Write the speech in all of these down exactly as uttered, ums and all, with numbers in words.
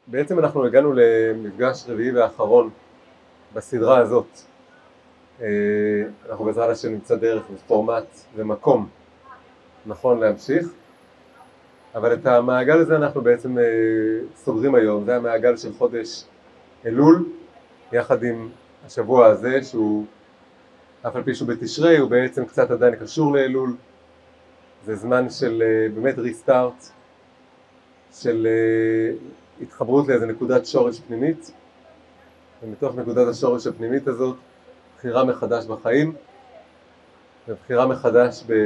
בעצם אנחנו הגענו למפגש רביעי ואחרון בסדרה הזאת. אנחנו בעזרת השם נמצא דרך ופורמט ומקום נכון להמשיך, אבל את המעגל הזה אנחנו בעצם סוגרים היום. זה המעגל של חודש אלול, יחד עם השבוע הזה שהוא, אף על פי שהוא בתשרי, הוא בעצם קצת עדיין קשור לאלול. זה זמן של באמת ריסטארט, של התחברות לאיזו נקודת שורש פנימית, ומתוך נקודת השורש הפנימית הזאת, בחירה מחדש בחיים, ובחירה מחדש ב...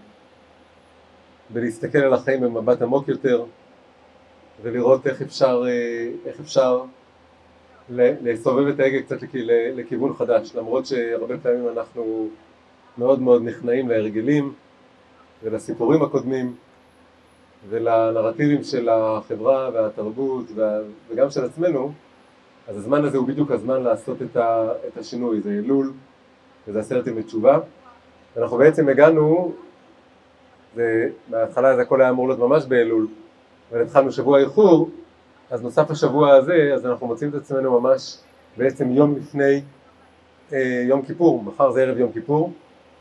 בלהסתכל על החיים במבט עמוק יותר, ולראות איך אפשר, איך אפשר לסובב את ההגה קצת לכיוון חדש, למרות שהרבה פעמים אנחנו מאוד מאוד נכנעים להרגלים ולסיפורים הקודמים ולנרטיבים של החברה והתרבות וגם של עצמנו. אז הזמן הזה הוא בדיוק הזמן לעשות את השינוי. זה אלול וזה עשרת ימי תשובה, ואנחנו בעצם הגענו, בהתחלה זה הכל היה אמור להיות ממש באלול, אבל התחלנו שבוע איחור, אז נוסף השבוע הזה, אז אנחנו מוצאים את עצמנו ממש בעצם יום לפני אה, יום כיפור. מחר זה ערב יום כיפור,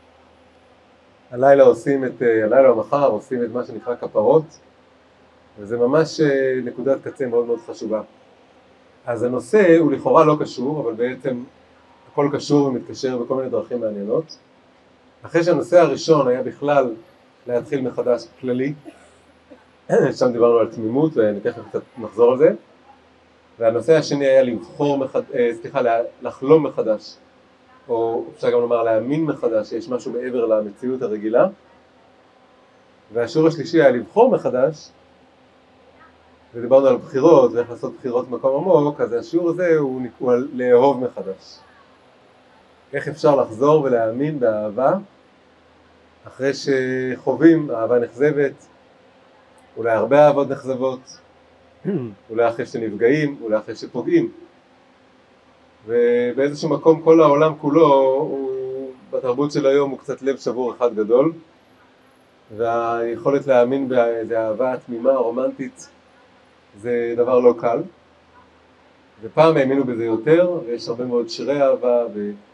הלילה עושים את, הלילה או מחר עושים את מה שנקרא כפרות, וזה ממש אה, נקודת קצה מאוד מאוד חשובה. אז הנושא הוא לכאורה לא קשור, אבל בעצם הכל קשור ומתקשר בכל מיני דרכים מעניינות. אחרי שהנושא הראשון היה בכלל להתחיל מחדש כללי, שם דיברנו על תמימות ונתכף קצת נחזור על זה, והנושא השני היה לבחור מחד... סליחה, לחלום מחדש, או אפשר גם לומר להאמין מחדש שיש משהו מעבר למציאות הרגילה, והשיעור השלישי היה לבחור מחדש, ודיברנו על בחירות ואיך לעשות בחירות במקום עמוק. אז השיעור הזה הוא, הוא על לאהוב מחדש, איך אפשר לחזור ולהאמין באהבה אחרי שחווים אהבה נכזבת, אולי הרבה אהבות נכזבות, אולי אחרי שנפגעים, אולי אחרי שפוגעים. ובאיזשהו מקום כל העולם כולו, הוא, בתרבות של היום, הוא קצת לב שבור אחד גדול, והיכולת להאמין באיזו אהבה תמימה, רומנטית, זה דבר לא קל. ופעם האמינו בזה יותר, ויש הרבה מאוד שירי אהבה,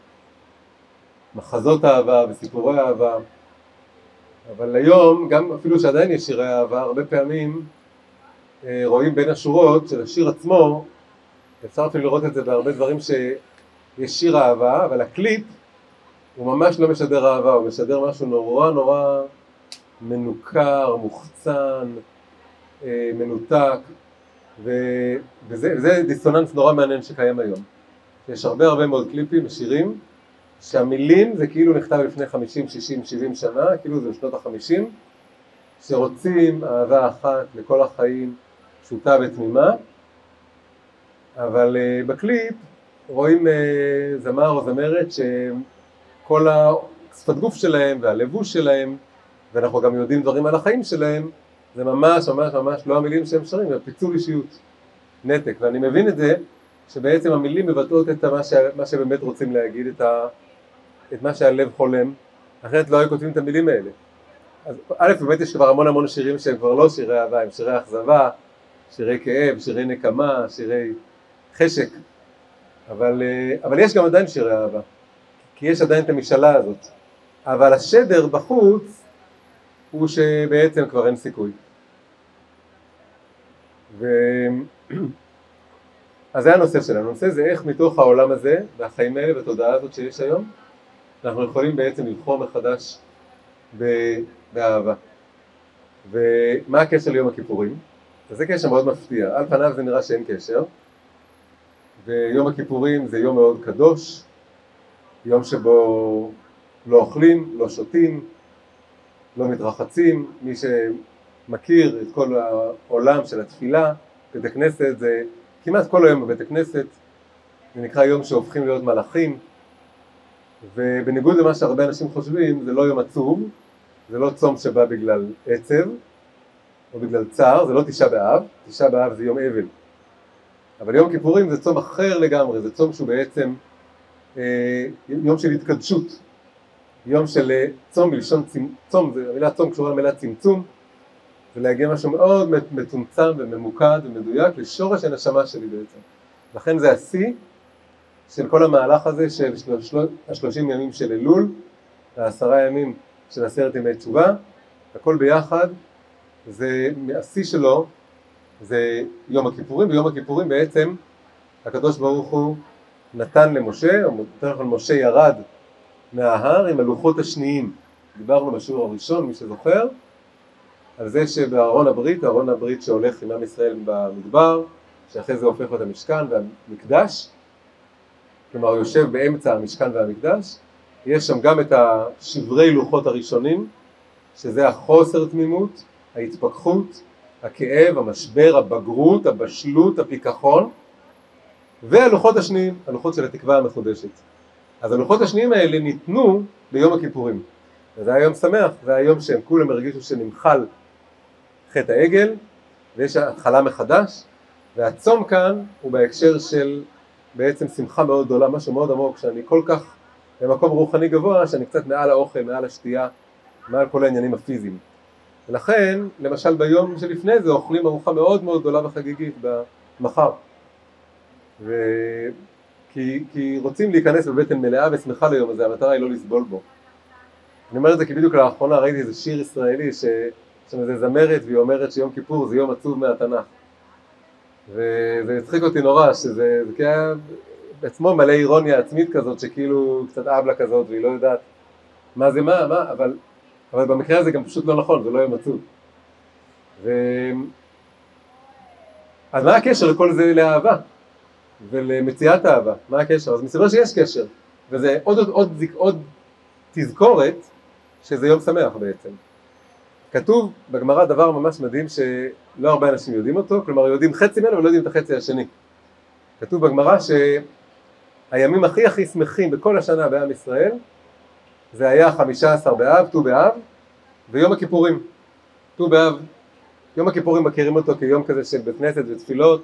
ומחזות אהבה, וסיפורי אהבה. אבל היום, גם אפילו שעדיין יש שירי אהבה, הרבה פעמים אה, רואים בין השורות של השיר עצמו, אפשר אפילו לראות את זה בהרבה דברים שיש שיר אהבה, אבל הקליפ הוא ממש לא משדר אהבה, הוא משדר משהו נורא נורא מנוכר, מוחצן, אה, מנותק, ו, וזה, וזה דיסוננס נורא מעניין שקיים היום. יש הרבה הרבה מאוד קליפים ושירים, שהמילים זה כאילו נכתב לפני חמישים, שישים, שבעים שנה, כאילו זה בשנות החמישים, שרוצים אהבה אחת לכל החיים, פשוטה ותמימה, אבל uh, בקליפ רואים uh, זמר או זמרת שכל השפת גוף שלהם והלבוש שלהם, ואנחנו גם יודעים דברים על החיים שלהם, זה ממש ממש ממש לא המילים שהם שרים, זה פיצול אישיות, נתק. ואני מבין את זה, שבעצם המילים מבטאות את מה, ש... מה שבאמת רוצים להגיד, את ה... את מה שהלב חולם, אחרת לא היו כותבים את המילים האלה. אז א', באמת יש כבר המון המון שירים שהם כבר לא שירי אהבה, הם שירי אכזבה, שירי כאב, שירי נקמה, שירי חשק, אבל, אבל יש גם עדיין שירי אהבה, כי יש עדיין את המשאלה הזאת, אבל השדר בחוץ הוא שבעצם כבר אין סיכוי. ו... אז זה הנושא שלנו. הנושא זה איך מתוך העולם הזה והחיים האלה והתודעה הזאת שיש היום, אנחנו יכולים בעצם לבחור מחדש באהבה. ומה הקשר ליום הכיפורים? אז זה קשר מאוד מפתיע. על פניו זה נראה שאין קשר. ויום הכיפורים זה יום מאוד קדוש, יום שבו לא אוכלים, לא שותים, לא מתרחצים. מי שמכיר את כל העולם של התפילה, בית הכנסת, זה כמעט כל היום בבית הכנסת. זה נקרא יום שהופכים להיות מלאכים. ובניגוד למה שהרבה אנשים חושבים, זה לא יום עצוב, זה לא צום שבא בגלל עצב או בגלל צער, זה לא תשעה באב, תשעה באב זה יום אבל. אבל יום כיפורים זה צום אחר לגמרי, זה צום שהוא בעצם אה, יום של התקדשות, יום של צום בלשון צום, צום, זה המילה צום קשורה למילה צמצום, ולהגיע משהו מאוד מצומצם וממוקד ומדויק לשורש הנשמה שלי בעצם. לכן זה השיא של כל המהלך הזה של השלושים ימים של אלול, העשרה ימים של עשרת ימי תשובה, הכל ביחד, זה השיא שלו, זה יום הכיפורים, ויום הכיפורים בעצם הקדוש ברוך הוא נתן למשה, או יותר נכון משה ירד מההר עם הלוחות השניים. דיברנו בשיעור הראשון, מי שזוכר, על זה שבארון הברית, ארון הברית שהולך עם עם ישראל במדבר, שאחרי זה הופך את המשכן והמקדש, כלומר הוא יושב באמצע המשכן והמקדש, יש שם גם את השברי לוחות הראשונים, שזה החוסר תמימות, ההתפכחות, הכאב, המשבר, הבגרות, הבשלות, הפיכחון, והלוחות השניים, הלוחות של התקווה המחודשת. אז הלוחות השניים האלה ניתנו ביום הכיפורים. וזה היה יום שמח, זה היה יום שהם כולם הרגישו שנמחל חטא העגל, ויש התחלה מחדש, והצום כאן הוא בהקשר של בעצם שמחה מאוד גדולה, משהו מאוד עמוק, שאני כל כך במקום רוחני גבוה, שאני קצת מעל האוכל, מעל השתייה, מעל כל העניינים הפיזיים. ולכן, למשל ביום שלפני זה, אוכלים ארוחה מאוד מאוד גדולה וחגיגית במחר. ו... כי, כי רוצים להיכנס בבטן מלאה ושמחה ליום הזה, המטרה היא לא לסבול בו. אני אומר את זה כי בדיוק לאחרונה ראיתי איזה שיר ישראלי ש... שזה זמרת והיא אומרת שיום כיפור זה יום עצוב מהתנ"ך. וזה הצחיק אותי נורא, שזה זה היה בעצמו מלא אירוניה עצמית כזאת, שכאילו קצת אבלה כזאת והיא לא יודעת מה זה מה, מה, אבל, אבל במקרה הזה גם פשוט לא נכון, זה לא יום עצוב. ו... אז מה הקשר לכל זה לאהבה? ולמציאת אהבה? מה הקשר? אז מסתבר שיש קשר, וזה עוד, עוד, עוד, עוד תזכורת שזה יום שמח בעצם. כתוב בגמרא דבר ממש מדהים שלא הרבה אנשים יודעים אותו, כלומר יודעים חצי ממנו ולא יודעים את החצי השני. כתוב בגמרא שהימים הכי הכי שמחים בכל השנה בעם ישראל, זה היה חמישה עשר באב, ט"ו באב, ויום הכיפורים. ט"ו באב, יום הכיפורים מכירים אותו כיום כזה של בית כנסת ותפילות,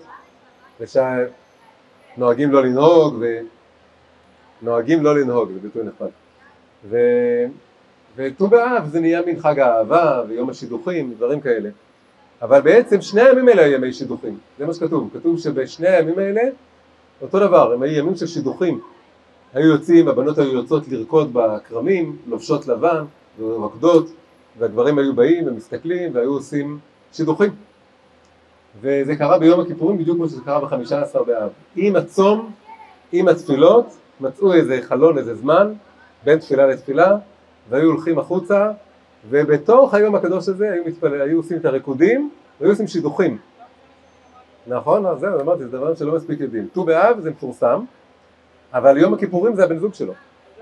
ושנוהגים לא לנהוג, ונוהגים לא לנהוג, זה ביטוי נחמד. ו... וט"ו באב זה נהיה מין חג האהבה ויום השידוכים ודברים כאלה. אבל בעצם שני הימים האלה היו ימי שידוכים, זה מה שכתוב. כתוב שבשני הימים האלה אותו דבר, הם היו ימים של שידוכים. היו יוצאים, הבנות היו יוצאות לרקוד בכרמים, לובשות לבן ורוקדות, והגברים היו באים ומסתכלים והיו עושים שידוכים. וזה קרה ביום הכיפורים בדיוק כמו שזה קרה ב-חמישה עשר באב. עם הצום, עם התפילות, מצאו איזה חלון, איזה זמן, בין תפילה לתפילה, והיו הולכים החוצה, ובתוך היום הקדוש הזה היו, מתפל... היו עושים את הריקודים, והיו עושים שידוכים. נכון? אז זהו, אמרתי, זה דבר שלא מספיק יודעים. ט"ו באב זה מפורסם, אבל יום הכיפורים זה הבן זוג שלו.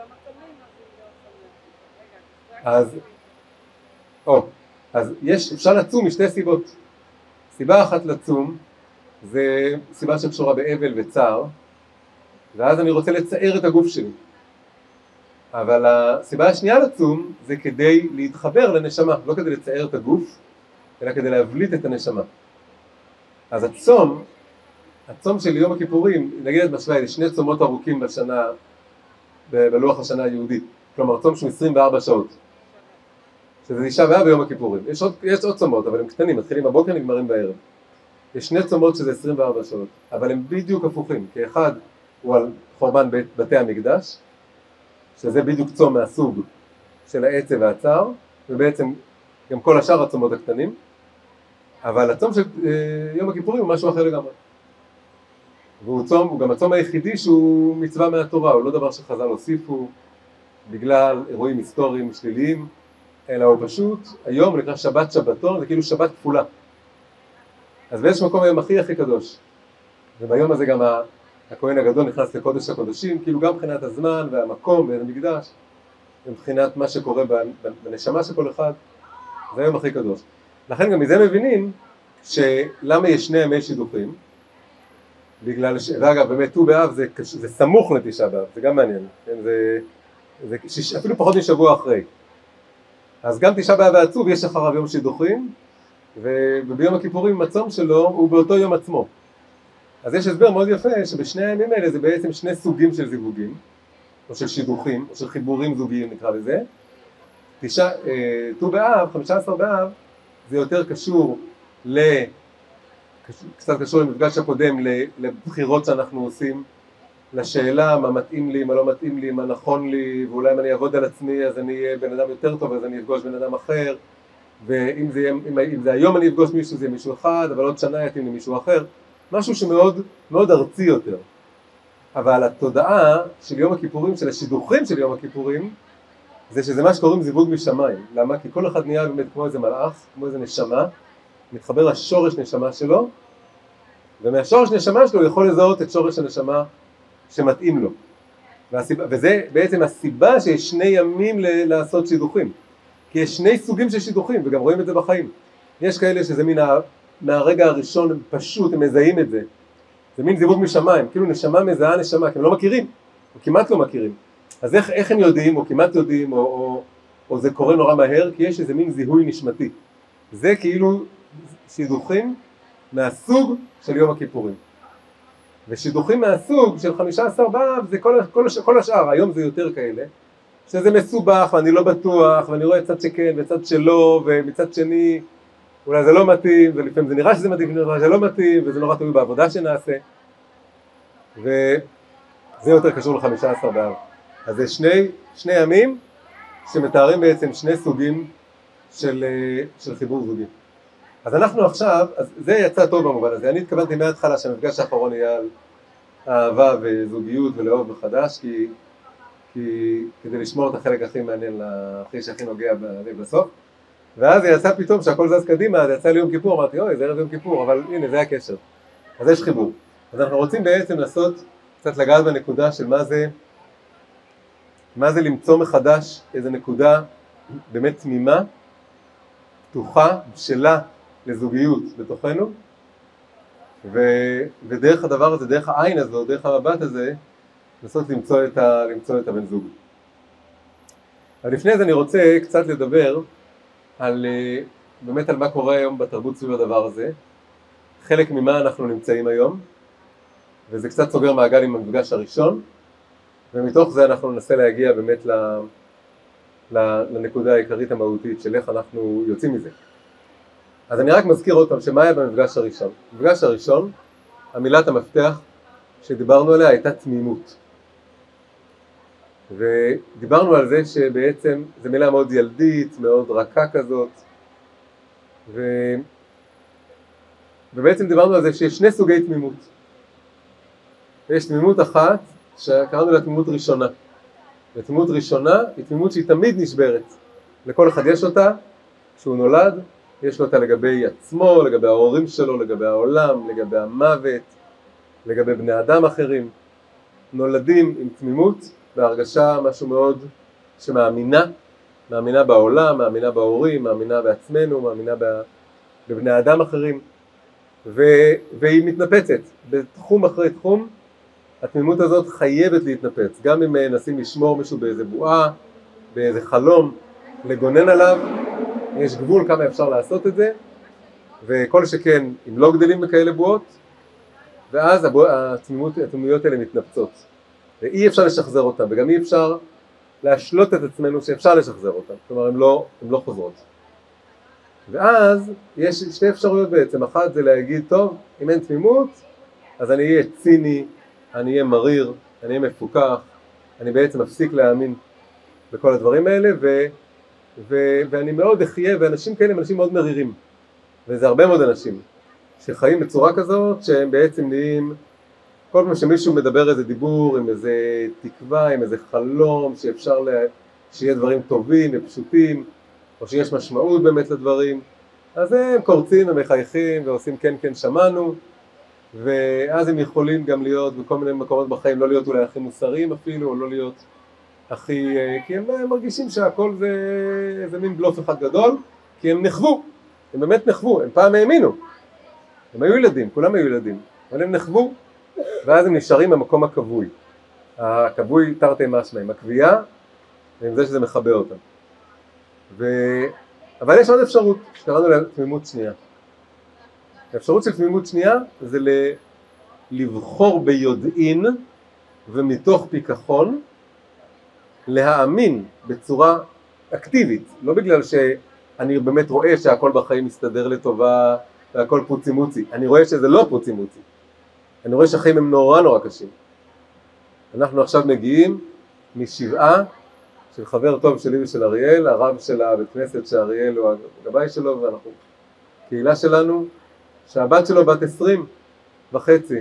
אז, או, אז יש, אפשר לצום משתי סיבות. סיבה אחת לצום, זה סיבה שקשורה באבל וצער, ואז אני רוצה לצער את הגוף שלי. אבל הסיבה השנייה לצום זה כדי להתחבר לנשמה, לא כדי לצער את הגוף, אלא כדי להבליט את הנשמה. אז הצום, הצום של יום הכיפורים, נגיד את משוואה, זה שני צומות ארוכים בשנה, בלוח השנה היהודית, כלומר צום שהוא עשרים וארבע שעות, שזה תשעה באב ביום הכיפורים. יש עוד, יש עוד צומות, אבל הם קטנים, מתחילים בבוקר, נגמרים בערב. יש שני צומות שזה עשרים וארבע שעות, אבל הם בדיוק הפוכים, כי אחד הוא על חורבן בית, בתי המקדש, שזה בדיוק צום מהסוג של העצב והצער, ובעצם גם כל השאר הצומות הקטנים, אבל הצום של יום הכיפורים הוא משהו אחר לגמרי. והוא צום, הוא גם הצום היחידי שהוא מצווה מהתורה, הוא לא דבר שחז"ל הוסיפו בגלל אירועים היסטוריים שליליים, אלא הוא פשוט, היום נקרא שבת שבתון, זה כאילו שבת כפולה. אז באיזשהו מקום היום הכי הכי קדוש. וביום הזה גם הכהן הגדול נכנס לקודש הקודשים, כאילו גם מבחינת הזמן והמקום והמקדש, מבחינת מה שקורה בנשמה של כל אחד, זה היום הכי קדוש. לכן גם מזה מבינים שלמה יש שני ימי שידוכים, בגלל ש... ואגב באמת ט"ו באב זה, זה סמוך לתשעה באב, זה גם מעניין, כן? זה, זה שיש... אפילו פחות משבוע אחרי. אז גם תשעה באב העצוב יש אחריו יום שידוכים, וביום הכיפורים הצום שלו הוא באותו יום עצמו. אז יש הסבר מאוד יפה שבשני הימים האלה זה בעצם שני סוגים של זיווגים, או של שידוכים, או של חיבורים זוגיים נקרא לזה. תשעה, ט"ו באב, חמישה עשר באב, זה יותר קשור ל... קצת קשור למפגש הקודם, לבחירות שאנחנו עושים, לשאלה מה מתאים לי, מה לא מתאים לי, מה נכון לי, ואולי אם אני אעבוד על עצמי אז אני אהיה בן אדם יותר טוב, אז אני אפגוש בן אדם אחר, ואם זה, אם, אם זה היום אני אפגוש מישהו זה מישהו אחד, אבל עוד שנה יתאים למישהו אחר, משהו שמאוד מאוד ארצי יותר. אבל התודעה של יום הכיפורים, של השידוכים של יום הכיפורים, זה שזה מה שקוראים זיווג משמיים. למה? כי כל אחד נהיה באמת כמו איזה מלאך, כמו איזה נשמה, מתחבר לשורש נשמה שלו, ומהשורש נשמה שלו הוא יכול לזהות את שורש הנשמה שמתאים לו. והסיבה, וזה בעצם הסיבה שיש שני ימים ל- לעשות שידוכים. כי יש שני סוגים של שידוכים, וגם רואים את זה בחיים. יש כאלה שזה מן ה... מהרגע הראשון הם פשוט, הם מזהים את זה. זה מין זיווג משמיים, כאילו נשמה מזהה נשמה, כי הם לא מכירים, או כמעט לא מכירים. אז איך, איך הם יודעים, או כמעט יודעים, או, או, או זה קורה נורא מהר, כי יש איזה מין זיהוי נשמתי. זה כאילו שידוכים מהסוג של יום הכיפורים. ושידוכים מהסוג של חמישה עשר באב זה כל, כל, כל השאר, היום זה יותר כאלה, שזה מסובך ואני לא בטוח, ואני רואה צד שכן וצד שלא, ומצד שני אולי זה לא מתאים, ולפעמים זה נראה שזה מתאים, ונראה שזה לא מתאים, וזה נורא תלוי בעבודה שנעשה, וזה יותר קשור ל-חמישה עשר באב. אז זה שני, שני ימים שמתארים בעצם שני סוגים של, של חיבור זוגי. אז אנחנו עכשיו, אז זה יצא טוב במובן הזה, אני התכוונתי מההתחלה שהמפגש האחרון יהיה על אהבה וזוגיות ולאהוב מחדש, כי, כי כדי לשמור את החלק הכי מעניין, הכי שהכי נוגע בסוף, ואז זה יצא פתאום שהכל זז קדימה, זה יצא ליום כיפור, אמרתי אוי זה ערב יום כיפור, אבל הנה זה הקשר, אז יש חיבור. אז אנחנו רוצים בעצם לעשות, קצת לגעת בנקודה של מה זה, מה זה למצוא מחדש איזו נקודה באמת תמימה, פתוחה, בשלה לזוגיות בתוכנו, ו, ודרך הדבר הזה, דרך העין הזו, דרך המבט הזה, לנסות למצוא את, ה, למצוא את הבן זוג. אבל לפני זה אני רוצה קצת לדבר על, באמת על מה קורה היום בתרבות סביב הדבר הזה, חלק ממה אנחנו נמצאים היום, וזה קצת סוגר מעגל עם המפגש הראשון, ומתוך זה אנחנו ננסה להגיע באמת ל, ל, לנקודה העיקרית המהותית של איך אנחנו יוצאים מזה. אז אני רק מזכיר עוד פעם שמה היה במפגש הראשון. במפגש הראשון, המילת המפתח שדיברנו עליה הייתה תמימות. ודיברנו על זה שבעצם זו מילה מאוד ילדית, מאוד רכה כזאת, ו... ובעצם דיברנו על זה שיש שני סוגי תמימות. ויש תמימות אחת שקראנו לה תמימות ראשונה. ותמימות ראשונה היא תמימות שהיא תמיד נשברת. לכל אחד יש אותה, כשהוא נולד, יש לו אותה לגבי עצמו, לגבי ההורים שלו, לגבי העולם, לגבי המוות, לגבי בני אדם אחרים. נולדים עם תמימות, בהרגשה משהו מאוד שמאמינה, מאמינה בעולם, מאמינה בהורים, מאמינה בעצמנו, מאמינה בבני אדם אחרים, ו... והיא מתנפצת. בתחום אחרי תחום, התמימות הזאת חייבת להתנפץ. גם אם נשים לשמור מישהו באיזה בועה, באיזה חלום, לגונן עליו, יש גבול כמה אפשר לעשות את זה, וכל שכן, אם לא גדלים בכאלה בועות, ואז התמימות, התמימויות האלה מתנפצות. ואי אפשר לשחזר אותם, וגם אי אפשר להשלות את עצמנו שאפשר לשחזר אותם. כלומר, הן לא, הן לא חוזרות. ואז יש שתי אפשרויות בעצם. אחת זה להגיד, טוב, אם אין תמימות, אז אני אהיה ציני, אני אהיה מריר, אני אהיה מפוקח, אני בעצם מפסיק להאמין בכל הדברים האלה, ו... ו... ואני מאוד אחיה, ואנשים כאלה הם אנשים מאוד מרירים. וזה הרבה מאוד אנשים שחיים בצורה כזאת, שהם בעצם נהיים, כל פעם שמישהו מדבר איזה דיבור, עם איזה תקווה, עם איזה חלום, שאפשר לה... שיהיה דברים טובים ופשוטים, או שיש משמעות באמת לדברים, אז הם קורצים ומחייכים ועושים כן כן שמענו, ואז הם יכולים גם להיות בכל מיני מקומות בחיים, לא להיות אולי הכי מוסריים אפילו, או לא להיות הכי, כי הם מרגישים שהכל זה, זה מין בלוף אחד גדול, כי הם נחוו, הם באמת נחוו, הם פעם האמינו, הם היו ילדים, כולם היו ילדים, אבל הם נחוו, ואז הם נשארים במקום הקבוי, הקבוי תרתי משמע, עם הקביעה, ועם זה שזה מחבא אותם. ו... אבל יש עוד אפשרות, שקראנו לה תמימות שנייה. האפשרות של תמימות שנייה זה ל... לבחור ביודעין ומתוך פיקחון, להאמין בצורה אקטיבית, לא בגלל אני באמת רואה שהכל בחיים מסתדר לטובה והכל פוצי מוצי. אני רואה שזה לא פוצי מוצי. אני רואה שהחיים הם נורא נורא קשים. אנחנו עכשיו מגיעים משבעה של חבר טוב שלי ושל אריאל, הרב של הבית כנסת שאריאל הוא הגבאי שלו, ואנחנו קהילה שלנו, שהבת שלו בת עשרים וחצי.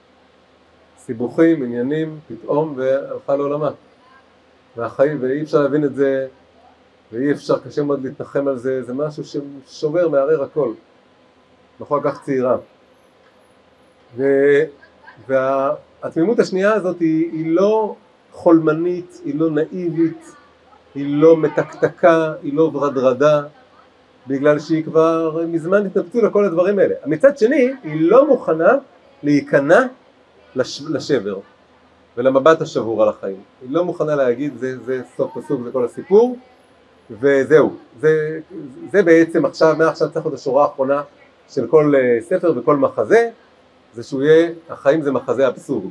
סיבוכים, עניינים, פתאום, והלכה לעולמה. והחיים, ואי אפשר להבין את זה, ואי אפשר, קשה מאוד להתנחם על זה, זה משהו ששובר, מערער הכל. נכון, כך צעירה. ו... והתמימות השנייה הזאת היא, היא לא חולמנית, היא לא נאיבית, היא לא מתקתקה, היא לא ורדרדה, בגלל שהיא כבר מזמן התנפצו לכל הדברים האלה. מצד שני, היא לא מוכנה להיכנע לש... לשבר ולמבט השבור על החיים. היא לא מוכנה להגיד, זה, זה סוף פסוק, זה כל הסיפור, וזהו. זה, זה בעצם עכשיו, מעכשיו צריך את השורה האחרונה של כל ספר וכל מחזה, זה שהוא יהיה, החיים זה מחזה אבסורד.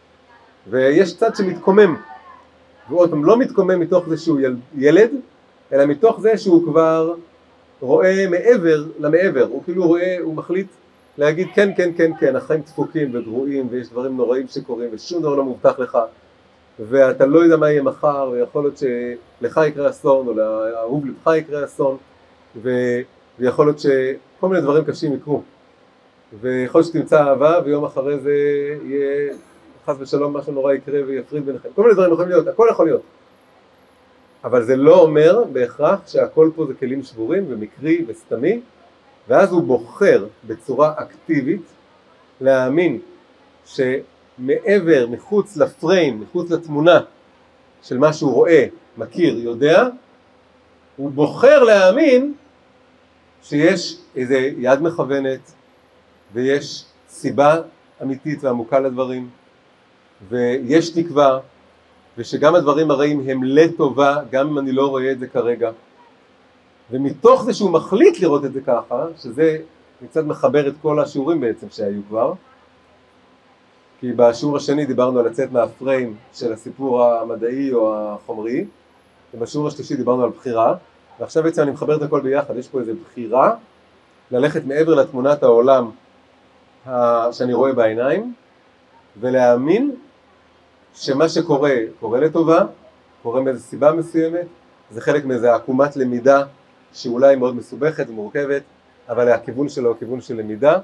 ויש צד שמתקומם, ועוד פעם לא מתקומם מתוך זה שהוא ילד, אלא מתוך זה שהוא כבר רואה מעבר למעבר, הוא כאילו רואה, הוא מחליט להגיד כן, כן, כן, כן, החיים דפוקים וגרועים, ויש דברים נוראים שקורים, ושום דבר לא מובטח לך, ואתה לא יודע מה יהיה מחר, ויכול להיות שלך יקרה אסון, או לאהוב לבך יקרה אסון, ו... ויכול להיות שכל מיני דברים קשים יקרו. ויכול להיות שתמצא אהבה, ויום אחרי זה יהיה חס ושלום משהו נורא יקרה ויפריד ביניכם. כל מיני דברים יכולים להיות, הכל יכול להיות. אבל זה לא אומר בהכרח שהכל פה זה כלים שבורים ומקרי וסתמי, ואז הוא בוחר בצורה אקטיבית להאמין שמעבר, מחוץ לפריים, מחוץ לתמונה של מה שהוא רואה, מכיר, יודע, הוא בוחר להאמין שיש איזה יד מכוונת, ויש סיבה אמיתית ועמוקה לדברים, ויש תקווה, ושגם הדברים הרעים הם לטובה, גם אם אני לא רואה את זה כרגע. ומתוך זה שהוא מחליט לראות את זה ככה, שזה קצת מחבר את כל השיעורים בעצם שהיו כבר, כי בשיעור השני דיברנו על לצאת מהפריים של הסיפור המדעי או החומרי, ובשיעור השלישי דיברנו על בחירה, ועכשיו בעצם אני מחבר את הכל ביחד, יש פה איזו בחירה, ללכת מעבר לתמונת העולם שאני רואה בעיניים, ולהאמין שמה שקורה, קורה לטובה, קורה מאיזו סיבה מסוימת, זה חלק מאיזו עקומת למידה שאולי מאוד מסובכת ומורכבת, אבל הכיוון שלו הוא כיוון של למידה,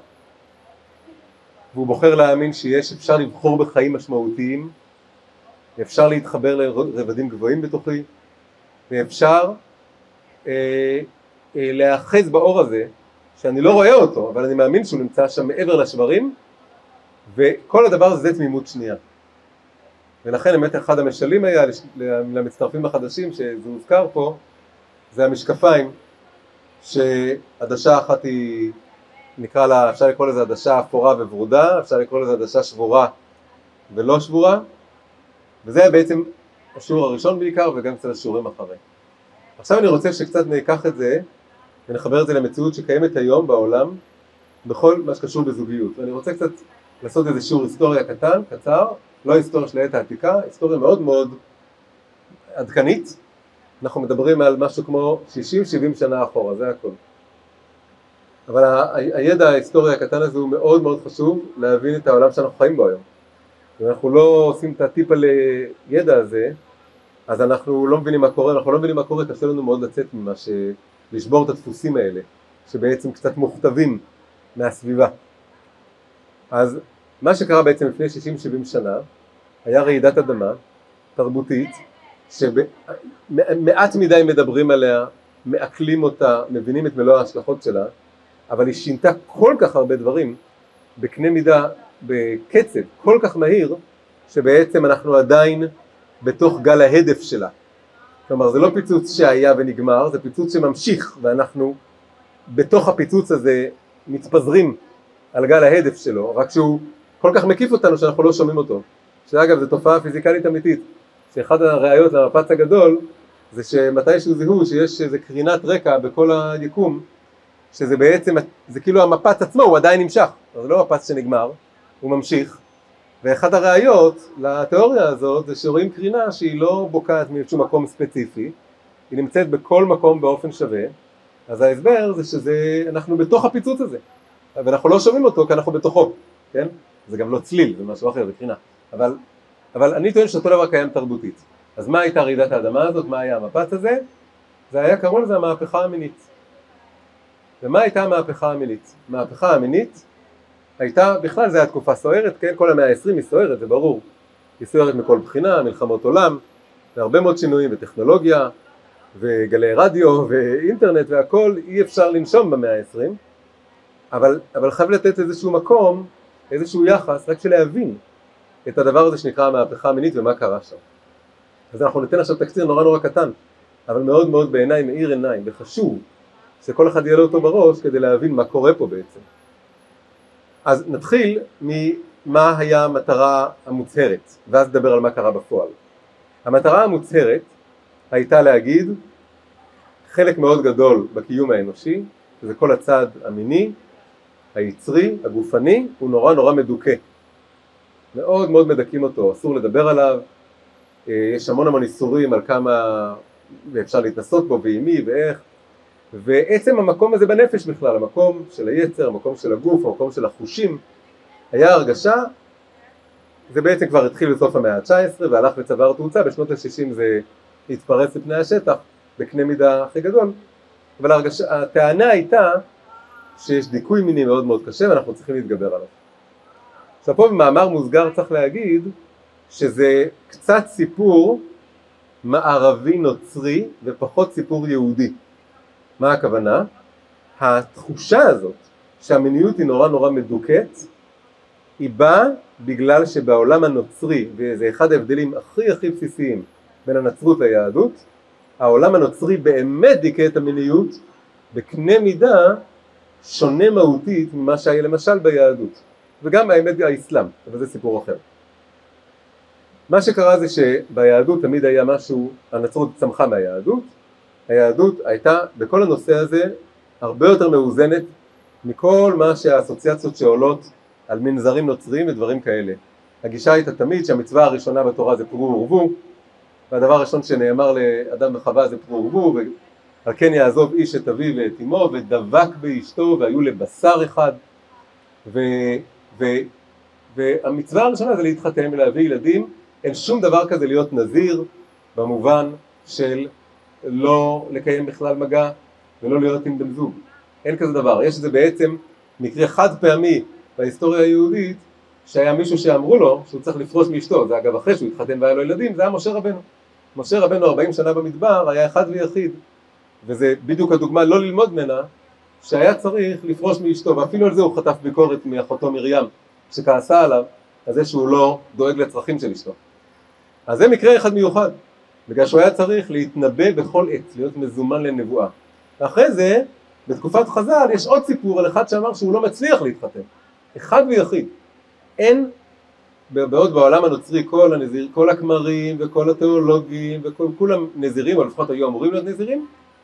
והוא בוחר להאמין שיש, אפשר לבחור בחיים משמעותיים, אפשר להתחבר לרבדים גבוהים בתוכי, ואפשר אה, אה, להאחז באור הזה, שאני לא רואה אותו, אבל אני מאמין שהוא נמצא שם מעבר לשברים, וכל הדבר הזה זה תמימות שנייה. ולכן באמת אחד המשלים היה למצטרפים החדשים שזה הוזכר פה, זה המשקפיים, שעדשה אחת היא, נקרא לה, אפשר לקרוא לזה עדשה אפורה וברודה, אפשר לקרוא לזה עדשה שבורה ולא שבורה, וזה בעצם השיעור הראשון בעיקר וגם קצת השיעורים אחרי. עכשיו אני רוצה שקצת ניקח את זה ונחבר את זה למציאות שקיימת היום בעולם בכל מה שקשור בזוגיות. ואני רוצה קצת לעשות איזה שיעור היסטוריה קטן, קצר, לא היסטוריה של העת העתיקה, היסטוריה מאוד מאוד עדכנית. אנחנו מדברים על משהו כמו שישים שבעים שנה אחורה, זה הכל. אבל ה- הידע ההיסטורי הקטן הזה הוא מאוד מאוד חשוב להבין את העולם שאנחנו חיים בו היום. אם אנחנו לא עושים את הטיפ על ידע הזה, אז אנחנו לא מבינים מה קורה, אנחנו לא מבינים מה קורה, קשה לנו מאוד לצאת ממה, ש... לשבור את הדפוסים האלה, שבעצם קצת מוכתבים מהסביבה. אז מה שקרה בעצם לפני שישים שבעים שנה, היה רעידת אדמה תרבותית, שמעט מדי מדברים עליה, מעכלים אותה, מבינים את מלוא ההשלכות שלה, אבל היא שינתה כל כך הרבה דברים, בקנה מידה, בקצב כל כך מהיר, שבעצם אנחנו עדיין בתוך גל ההדף שלה. כלומר, זה לא פיצוץ שהיה ונגמר, זה פיצוץ שממשיך, ואנחנו בתוך הפיצוץ הזה מתפזרים על גל ההדף שלו, רק שהוא כל כך מקיף אותנו שאנחנו לא שומעים אותו. שאגב, זו תופעה פיזיקלית אמיתית, שאחד הראיות למפץ הגדול, זה שמתישהו זיהו שיש איזו קרינת רקע בכל היקום, שזה בעצם, זה כאילו המפץ עצמו, הוא עדיין נמשך, זה לא מפץ שנגמר, הוא ממשיך, ואחד הראיות לתיאוריה הזאת זה שרואים קרינה שהיא לא בוקעת משום מקום ספציפי, היא נמצאת בכל מקום באופן שווה, אז ההסבר זה שזה, אנחנו בתוך הפיצוץ הזה, ואנחנו לא שומעים אותו כי אנחנו בתוכו, כן? זה גם לא צליל, זה משהו אחר, זה קרינה. אבל, אבל אני טוען שאותו דבר קיים תרבותית. אז מה הייתה רעידת האדמה הזאת? מה היה המפץ הזה? זה היה, קראו לזה המהפכה המינית. ומה הייתה המהפכה המינית? המהפכה המינית הייתה, בכלל זה היה תקופה סוערת, כן? כל המאה ה-עשרים היא סוערת, זה ברור. היא סוערת מכל בחינה, מלחמות עולם, והרבה מאוד שינויים בטכנולוגיה, וגלי רדיו, ואינטרנט והכל, אי אפשר לנשום במאה ה-עשרים, אבל, אבל חייב לתת איזשהו מקום, איזשהו יחס, רק שלהבין את הדבר הזה שנקרא המהפכה המינית ומה קרה שם. אז אנחנו ניתן עכשיו תקציר נורא נורא קטן, אבל מאוד מאוד בעיניי מאיר עיניים, וחשוב שכל אחד יהיה לו אותו בראש כדי להבין מה קורה פה בעצם. אז נתחיל ממה היה המטרה המוצהרת, ואז נדבר על מה קרה בפועל. המטרה המוצהרת הייתה להגיד, חלק מאוד גדול בקיום האנושי, זה כל הצד המיני, היצרי, הגופני, הוא נורא נורא מדוכא. מאוד מאוד מדכים אותו, אסור לדבר עליו, יש המון המון איסורים על כמה אפשר להתנסות בו ועם מי ואיך, ועצם המקום הזה בנפש בכלל, המקום של היצר, המקום של הגוף, המקום של החושים, היה הרגשה, זה בעצם כבר התחיל בסוף המאה ה-תשע עשרה והלך וצבר תאוצה, בשנות ה-שישים זה התפרץ לפני השטח, בקנה מידה הכי גדול, אבל הרגשה, הטענה הייתה שיש דיכוי מיני מאוד מאוד קשה ואנחנו צריכים להתגבר עליו. עכשיו פה במאמר מוסגר צריך להגיד שזה קצת סיפור מערבי נוצרי ופחות סיפור יהודי. מה הכוונה? התחושה הזאת שהמיניות היא נורא נורא מדוכאת, היא באה בגלל שבעולם הנוצרי, וזה אחד ההבדלים הכי הכי בסיסיים בין הנצרות ליהדות, העולם הנוצרי באמת דיכא את המיניות בקנה מידה שונה מהותית ממה שהיה למשל ביהדות, וגם האמת האסלאם, אבל זה סיפור אחר. מה שקרה זה שביהדות תמיד היה משהו, הנצרות צמחה מהיהדות, היהדות הייתה בכל הנושא הזה הרבה יותר מאוזנת מכל מה שהאסוציאציות שעולות על מנזרים נוצריים ודברים כאלה. הגישה הייתה תמיד שהמצווה הראשונה בתורה זה פרו ורבו, והדבר הראשון שנאמר לאדם וחווה זה פרו ורבו, ועל כן יעזוב איש את אביו ואת אמו ודבק באשתו והיו לבשר אחד, ו, ו, והמצווה הראשונה זה להתחתן ולהביא ילדים. אין שום דבר כזה להיות נזיר במובן של לא לקיים בכלל מגע ולא להיות עם בן זוג. אין כזה דבר. יש זה בעצם מקרה חד פעמי בהיסטוריה היהודית שהיה מישהו שאמרו לו שהוא צריך לפרוש מאשתו. זה אגב אחרי שהוא התחתן והיה לו ילדים, זה היה משה רבנו. משה רבנו ארבעים שנה במדבר היה אחד ויחיד, וזה בדיוק הדוגמה לא ללמוד ממנה, שהיה צריך לפרוש מאשתו, ואפילו על זה הוא חטף ביקורת מאחותו מרים שכעסה עליו על זה שהוא לא דואג לצרכים של אשתו. אז זה מקרה אחד מיוחד, בגלל שהוא היה צריך להתנבא בכל עת, להיות מזומן לנבואה. ואחרי זה, בתקופת חז"ל, יש עוד סיפור על אחד שאמר שהוא לא מצליח להתחתן. אחד ויחיד. אין, בעוד בעולם הנוצרי, כל הנזיר, כל הכמרים וכל התיאולוגים וכולם נזירים, או לפחות היו אמורים להיות נזירים,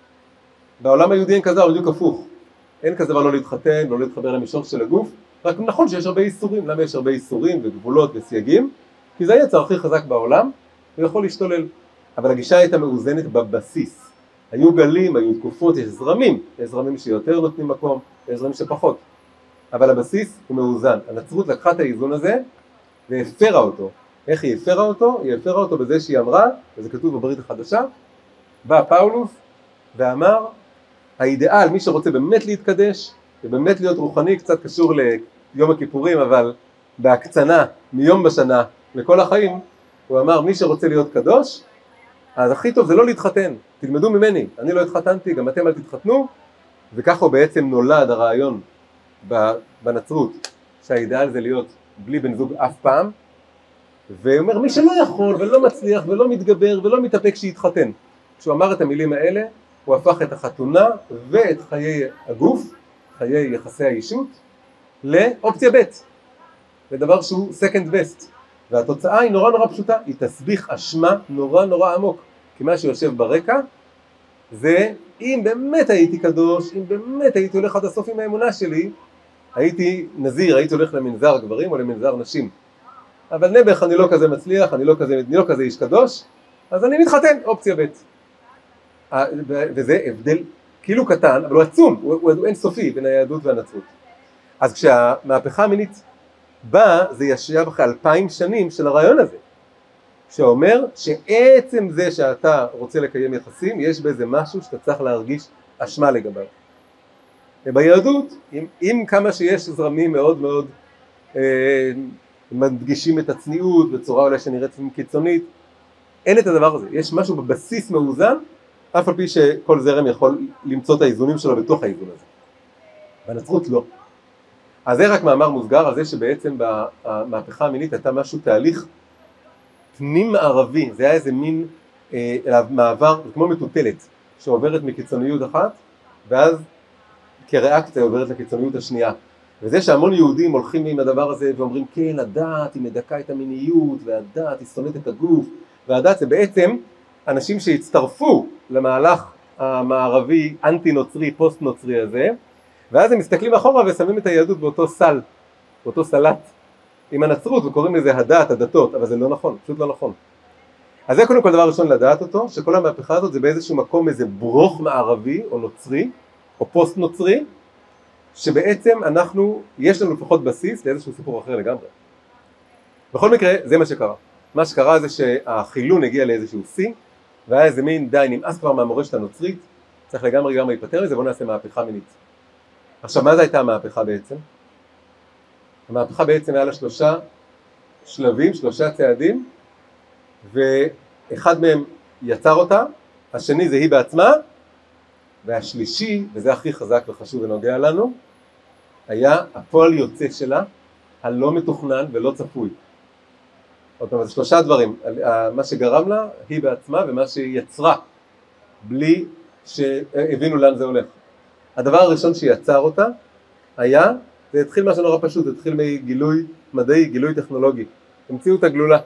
בעולם היהודי אין כזה, בדיוק הפוך. אין כזה דבר לא להתחתן, לא להתחבר למישור של הגוף, רק נכון שיש הרבה איסורים. למה יש הרבה איסורים וגבולות וסייגים? כי זה היצר הכי חזק בעולם, הוא יכול להשתולל. אבל הגישה הייתה מאוזנת בבסיס. היו גלים, היו תקופות, יש זרמים. יש זרמים שיותר נותנים מקום, יש זרמים שפחות. אבל הבסיס הוא מאוזן. הנצרות לקחה את האיזון הזה והפרה אותו. איך היא הפרה אותו? היא הפרה אותו בזה שהיא אמרה, וזה כתוב בברית החדשה, בא פאולוס ואמר, האידאל, מי שרוצה באמת להתקדש, ובאמת להיות רוחני, קצת קשור ליום הכיפורים, אבל בהקצנה, מיום בשנה, לכל החיים, הוא אמר, מי שרוצה להיות קדוש, אז הכי טוב זה לא להתחתן, תלמדו ממני, אני לא התחתנתי, גם אתם אל תתחתנו, וככה הוא בעצם נולד הרעיון בנצרות, שהאידאל זה להיות בלי בן זוג אף פעם, והוא אומר, מי שלא יכול ולא מצליח ולא מתגבר ולא מתאפק שיתחתן. כשהוא אמר את המילים האלה, הוא הפך את החתונה ואת חיי הגוף, חיי יחסי האישות, לאופציה ב', לדבר שהוא second best. והתוצאה היא נורא נורא פשוטה, היא תסביך אשמה נורא נורא עמוק. כי מה שיושב ברקע זה, אם באמת הייתי קדוש, אם באמת הייתי הולך עד הסוף עם האמונה שלי, הייתי נזיר, הייתי הולך למנזר גברים או למנזר נשים. אבל נבח אני לא כזה מצליח, אני לא כזה, אני לא כזה איש קדוש, אז אני מתחתן, אופציה ב'. וזה הבדל כאילו קטן, אבל הוא עצום, הוא, הוא, הוא אינסופי בין היהדות והנצרות. אז כשהמהפכה המינית באה, זה ישב אחרי אלפיים שנים של הרעיון הזה, שאומר שעצם זה שאתה רוצה לקיים יחסים, יש באיזה משהו שאתה צריך להרגיש אשמה לגביו. וביהדות, עם, עם כמה שיש זרמים מאוד מאוד אה, מדגישים את הצניעות בצורה אולי שנראית קיצונית, אין את הדבר הזה. יש משהו בבסיס מאוזן, אף על פי שכל זרם יכול למצוא את האיזונים שלו בתוך האיזון הזה. בנצרות לא. אז זה רק מאמר מוסגר על זה שבעצם במהפכה המינית הייתה משהו, תהליך פנים מערבי, זה היה איזה מין אה, מעבר, כמו מטוטלת, שעוברת מקיצוניות אחת, ואז כריאקציה עוברת לקיצוניות השנייה. וזה שהמון יהודים הולכים עם הדבר הזה ואומרים, כן, הדת היא מדכאה את המיניות, והדת היא שונאת את הגוף, והדת זה בעצם אנשים שהצטרפו למהלך המערבי, אנטי נוצרי, פוסט נוצרי הזה, ואז הם מסתכלים אחורה ושמים את היהדות באותו סל, באותו סלט עם הנצרות, וקוראים לזה הדת, הדתות, אבל זה לא נכון, פשוט לא נכון. אז זה קודם כל דבר ראשון לדעת אותו, שכל המהפכה הזאת זה באיזשהו מקום איזה ברוך מערבי או נוצרי, או פוסט נוצרי, שבעצם אנחנו, יש לנו לפחות בסיס לאיזשהו סיפור אחר לגמרי. בכל מקרה, זה מה שקרה. מה שקרה זה שהחילון הגיע לאיזשהו שיא, והיה איזה מין די, נמאס כבר מהמורשת הנוצרית, צריך לגמרי גם להיפטר מזה, בואו נעשה מהפכה מינית. עכשיו, מה זה הייתה המהפכה בעצם? המהפכה בעצם היה לה שלושה שלבים, שלושה צעדים, ואחד מהם יצר אותה, השני זה היא בעצמה, והשלישי, וזה הכי חזק וחשוב ונוגע לנו, היה הפועל יוצא שלה, הלא מתוכנן ולא צפוי. עוד פעם, זה שלושה דברים, מה שגרם לה, היא בעצמה, ומה שהיא יצרה, בלי שהבינו לאן זה הולך. הדבר הראשון שיצר אותה, היה, זה התחיל משהו נורא פשוט, זה התחיל מגילוי מדעי, גילוי טכנולוגי. המציאו את הגלולה.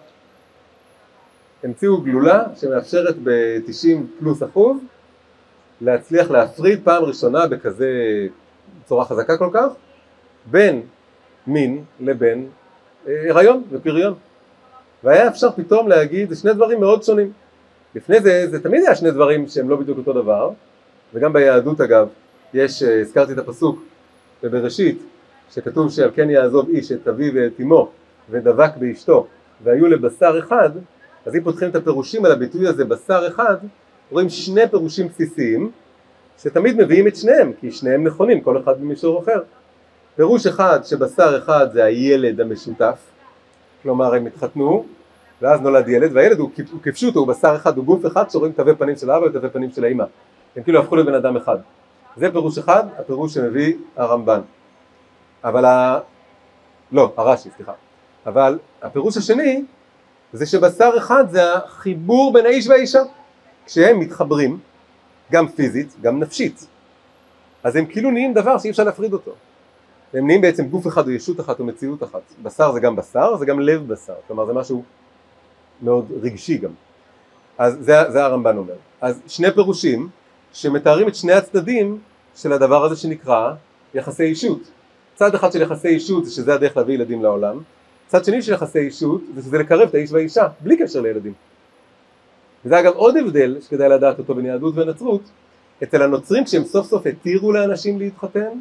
המציאו גלולה שמאפשרת ב-תשעים פלוס אחוז, להצליח להפריד פעם ראשונה בכזה צורה חזקה כל כך, בין מין לבין הריון ופריון. והיה אפשר פתאום להגיד, זה שני דברים מאוד שונים. לפני זה, זה תמיד היה שני דברים שהם לא בדיוק אותו דבר, וגם ביהדות אגב, יש, הזכרתי את הפסוק בבראשית, שכתוב שעל כן יעזוב איש את אביו ואת אמו, ודבק באשתו, והיו לבשר אחד, אז אם פותחים את הפירושים על הביטוי הזה, בשר אחד, רואים שני פירושים בסיסיים, שתמיד מביאים את שניהם, כי שניהם נכונים, כל אחד במישור אחר. פירוש אחד, שבשר אחד זה הילד המשותף, כלומר הם התחתנו, ואז נולד ילד, והילד הוא, הוא כפשוט, הוא בשר אחד, הוא גוף אחד, שרואים תווי פנים של האבא ותווי פנים של האמא. הם כאילו הפכו לבן אדם אחד. זה פירוש אחד, הפירוש שמביא הרמב"ן. אבל ה... לא, הרש"י, סליחה. אבל הפירוש השני, זה שבשר אחד זה החיבור בין האיש והאישה. כשהם מתחברים, גם פיזית, גם נפשית. אז הם כאילו נהיים דבר שאי אפשר להפריד אותו. הם נהיים בעצם גוף אחד או ישות אחת או מציאות אחת. בשר זה גם בשר, זה גם לב בשר. כלומר זה משהו מאוד רגשי גם. אז זה, זה הרמב"ן אומר. אז שני פירושים שמתארים את שני הצדדים של הדבר הזה שנקרא יחסי אישות. צד אחד של יחסי אישות זה שזה הדרך להביא ילדים לעולם. צד שני של יחסי אישות זה שזה לקרב את האיש והאישה, בלי קשר לילדים. וזה אגב עוד הבדל שכדאי לדעת אותו בין יהדות ונצרות. אצל הנוצרים כשהם סוף סוף התירו לאנשים להתחתן,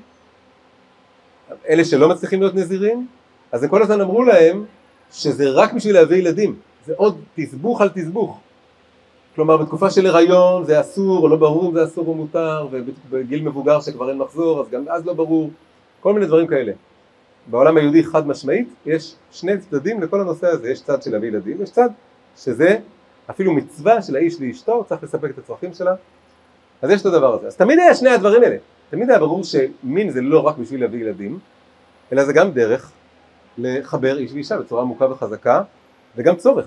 אלה שלא מצליחים להיות נזירים, אז הם כל הזמן אמרו להם שזה רק בשביל להביא ילדים. זה עוד תסבוך על תסבוך. כלומר בתקופה של הריון זה אסור או לא ברור אם זה אסור או מותר, ובגיל מבוגר שכבר אין מחזור אז גם אז לא ברור, כל מיני דברים כאלה. בעולם היהודי חד משמעית יש שני צדדים לכל הנושא הזה, יש צד של להביא ילדים, יש צד שזה אפילו מצווה של האיש לאשתו, צריך לספק את הצרכים שלה, אז יש את הדבר הזה. אז תמיד היה שני הדברים האלה, תמיד היה ברור שמין זה לא רק בשביל להביא ילדים, אלא זה גם דרך לחבר איש ואישה בצורה עמוקה וחזקה, וגם צורך.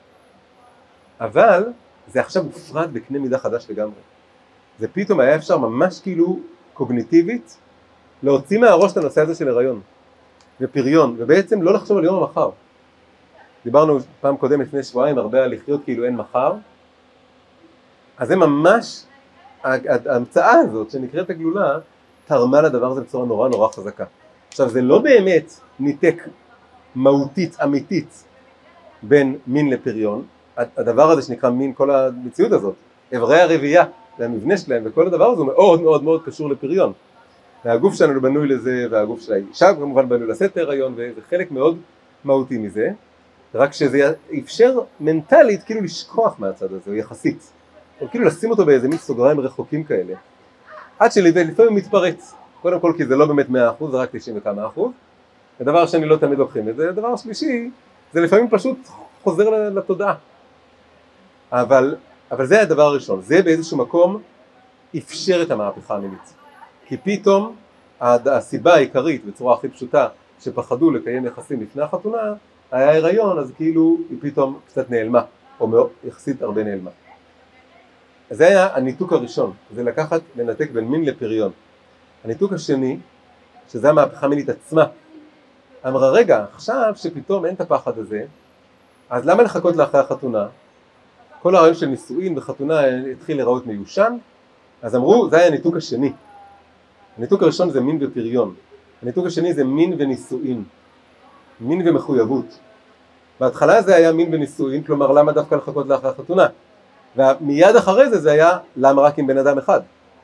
אבל זה עכשיו מופרד בקנה מידה חדש לגמרי. זה פתאום היה אפשר ממש כאילו קוגניטיבית, להוציא מהראש את הנושא הזה של הריון ופריון, ובעצם לא לחשוב על יום המחר. דיברנו פעם קודם לפני שבועיים הרבה על לחיות כאילו אין מחר, אז זה ממש, ההמצאה הזאת שנקראת הגלולה, תרמה לדבר הזה בצורה נורא נורא חזקה. עכשיו זה לא באמת ניתק מהותית אמיתית בין מין לפריון, הדבר הזה שנקרא מין, כל המציאות הזאת, אברי הרבייה, והמבנה שלהם וכל הדבר הזה הוא מאוד מאוד מאוד קשור לפריון. והגוף שלנו בנוי לזה, והגוף של האישה כמובן בנוי לשאת הריון, וזה חלק מאוד מהותי מזה, רק שזה אפשר מנטלית כאילו לשכוח מהצד הזה, או יחסית, או כאילו לשים אותו באיזה מין סוגריים רחוקים כאלה, עד שלפעמים הוא מתפרץ, קודם כל כי זה לא באמת מאה אחוז, זה רק תשעים וכמה אחוז, ודבר שאני לא תמיד לוקחים את זה, דבר שלישי, זה לפעמים פשוט חוזר לתודעה, אבל, אבל זה הדבר הראשון, זה באיזשהו מקום אפשר את המהפכה המינית, כי פתאום הסיבה העיקרית בצורה הכי פשוטה שפחדו לקיים יחסים לפני החתונה היה הריון, אז כאילו היא פתאום קצת נעלמה, או מאוד, יחסית הרבה נעלמה. אז זה היה הניתוק הראשון, זה לקחת לנתק בין מין לפריון. הניתוק השני, שזה המהפכה המינית עצמה, אמרה רגע, עכשיו שפתאום אין את הפחד הזה, אז למה לחכות לאחרי החתונה? כל הרעיון של נישואין וחתונה התחיל לראות מיושן, אז אמרו, זה היה הניתוק השני. הניתוק הראשון זה מין ופריון, הניתוק השני זה מין ונישואין, מין ומחויבות. בהתחלה זה היה מין ונישואין, כלומר למה דווקא לחכות לאחרי החתונה? ומיד אחרי זה זה היה למה רק עם בן אדם אחד.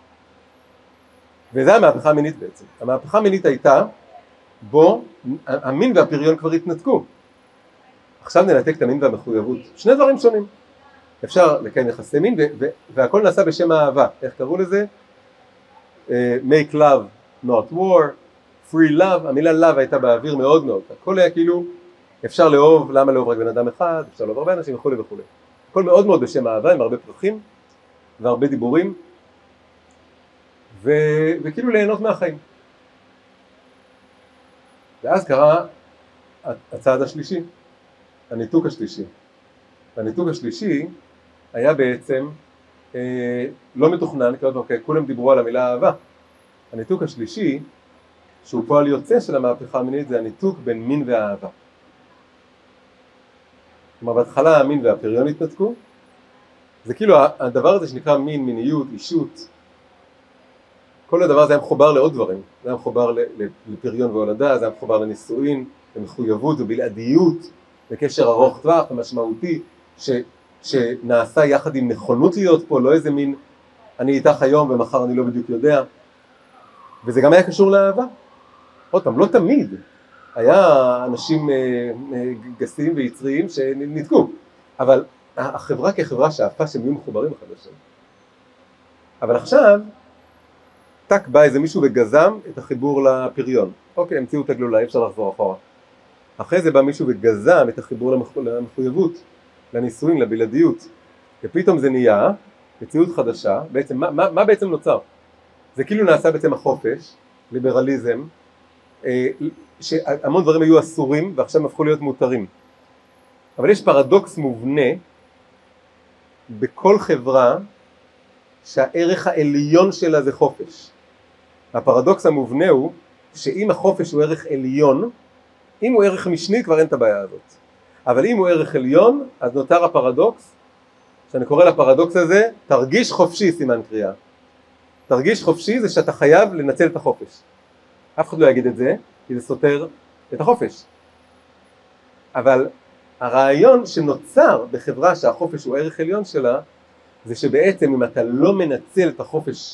וזה המהפכה המינית בעצם. המהפכה המינית הייתה בו המין והפריון כבר התנתקו. עכשיו ננתק את המין והמחויבות. שני דברים שונים. אפשר לקיים יחסי מין והכל נעשה בשם האהבה. איך קראו לזה? Uh, make love not war, free love. המילה love הייתה באוויר מאוד מאוד. הכל היה כאילו אפשר לאהוב, למה לאהוב רק בן אדם אחד, אפשר לאהוב הרבה אנשים וכו' וכו'. הכל מאוד מאוד בשם האהבה, עם הרבה פרחים והרבה דיבורים, ו... וכאילו ליהנות מהחיים. ואז קרה הצעד השלישי, הניתוק השלישי. הניתוק השלישי היה בעצם אה, לא מתוכנן, כי אוקיי, כולם דיברו על המילה אהבה. הניתוק השלישי, שהוא פועל יוצא של המהפכה המינית, זה הניתוק בין מין ואהבה. כלומר, בהתחלה המין והפריון התנתקו, זה כאילו הדבר הזה שנקרא מין, מיניות, אישות, כל הדבר הזה היה מחובר לעוד דברים, זה היה מחובר לפריון והולדה, זה היה מחובר לנישואין, למחויבות ובלעדיות, לקשר ארוך טווח ומשמעותי, ש, שנעשה יחד עם נכונות להיות פה, לא איזה מין, אני איתך היום ומחר אני לא בדיוק יודע, וזה גם היה קשור לאהבה. עוד פעם, לא תמיד, היה אנשים גסים ויצריים שנתקו, אבל החברה כחברה שאפה שהם יהיו מחוברים אחד לשני. אבל עכשיו, טק בא איזה מישהו וגזם את החיבור לפריון. אוקיי, המציאו את הגלולה, אי אפשר לחזור אחורה. אחרי זה בא מישהו וגזם את החיבור למחויבות, לנישואין, לבלעדיות. ופתאום זה נהיה מציאות חדשה. בעצם, מה, מה, מה בעצם נוצר? זה כאילו נעשה בעצם החופש, ליברליזם, שהמון דברים היו אסורים ועכשיו הפכו להיות מותרים. אבל יש פרדוקס מובנה בכל חברה שהערך העליון שלה זה חופש. הפרדוקס המובנה הוא שאם החופש הוא ערך עליון, אם הוא ערך משני כבר אין את הבעיה הזאת. אבל אם הוא ערך עליון, אז נותר הפרדוקס, שאני קורא לפרדוקס הזה, תרגיש חופשי סימן קריאה. תרגיש חופשי זה שאתה חייב לנצל את החופש. אף אחד לא יגיד את זה, כי זה סותר את החופש. אבל הרעיון שנוצר בחברה שהחופש הוא ערך עליון שלה, זה שבעצם אם אתה לא מנצל את החופש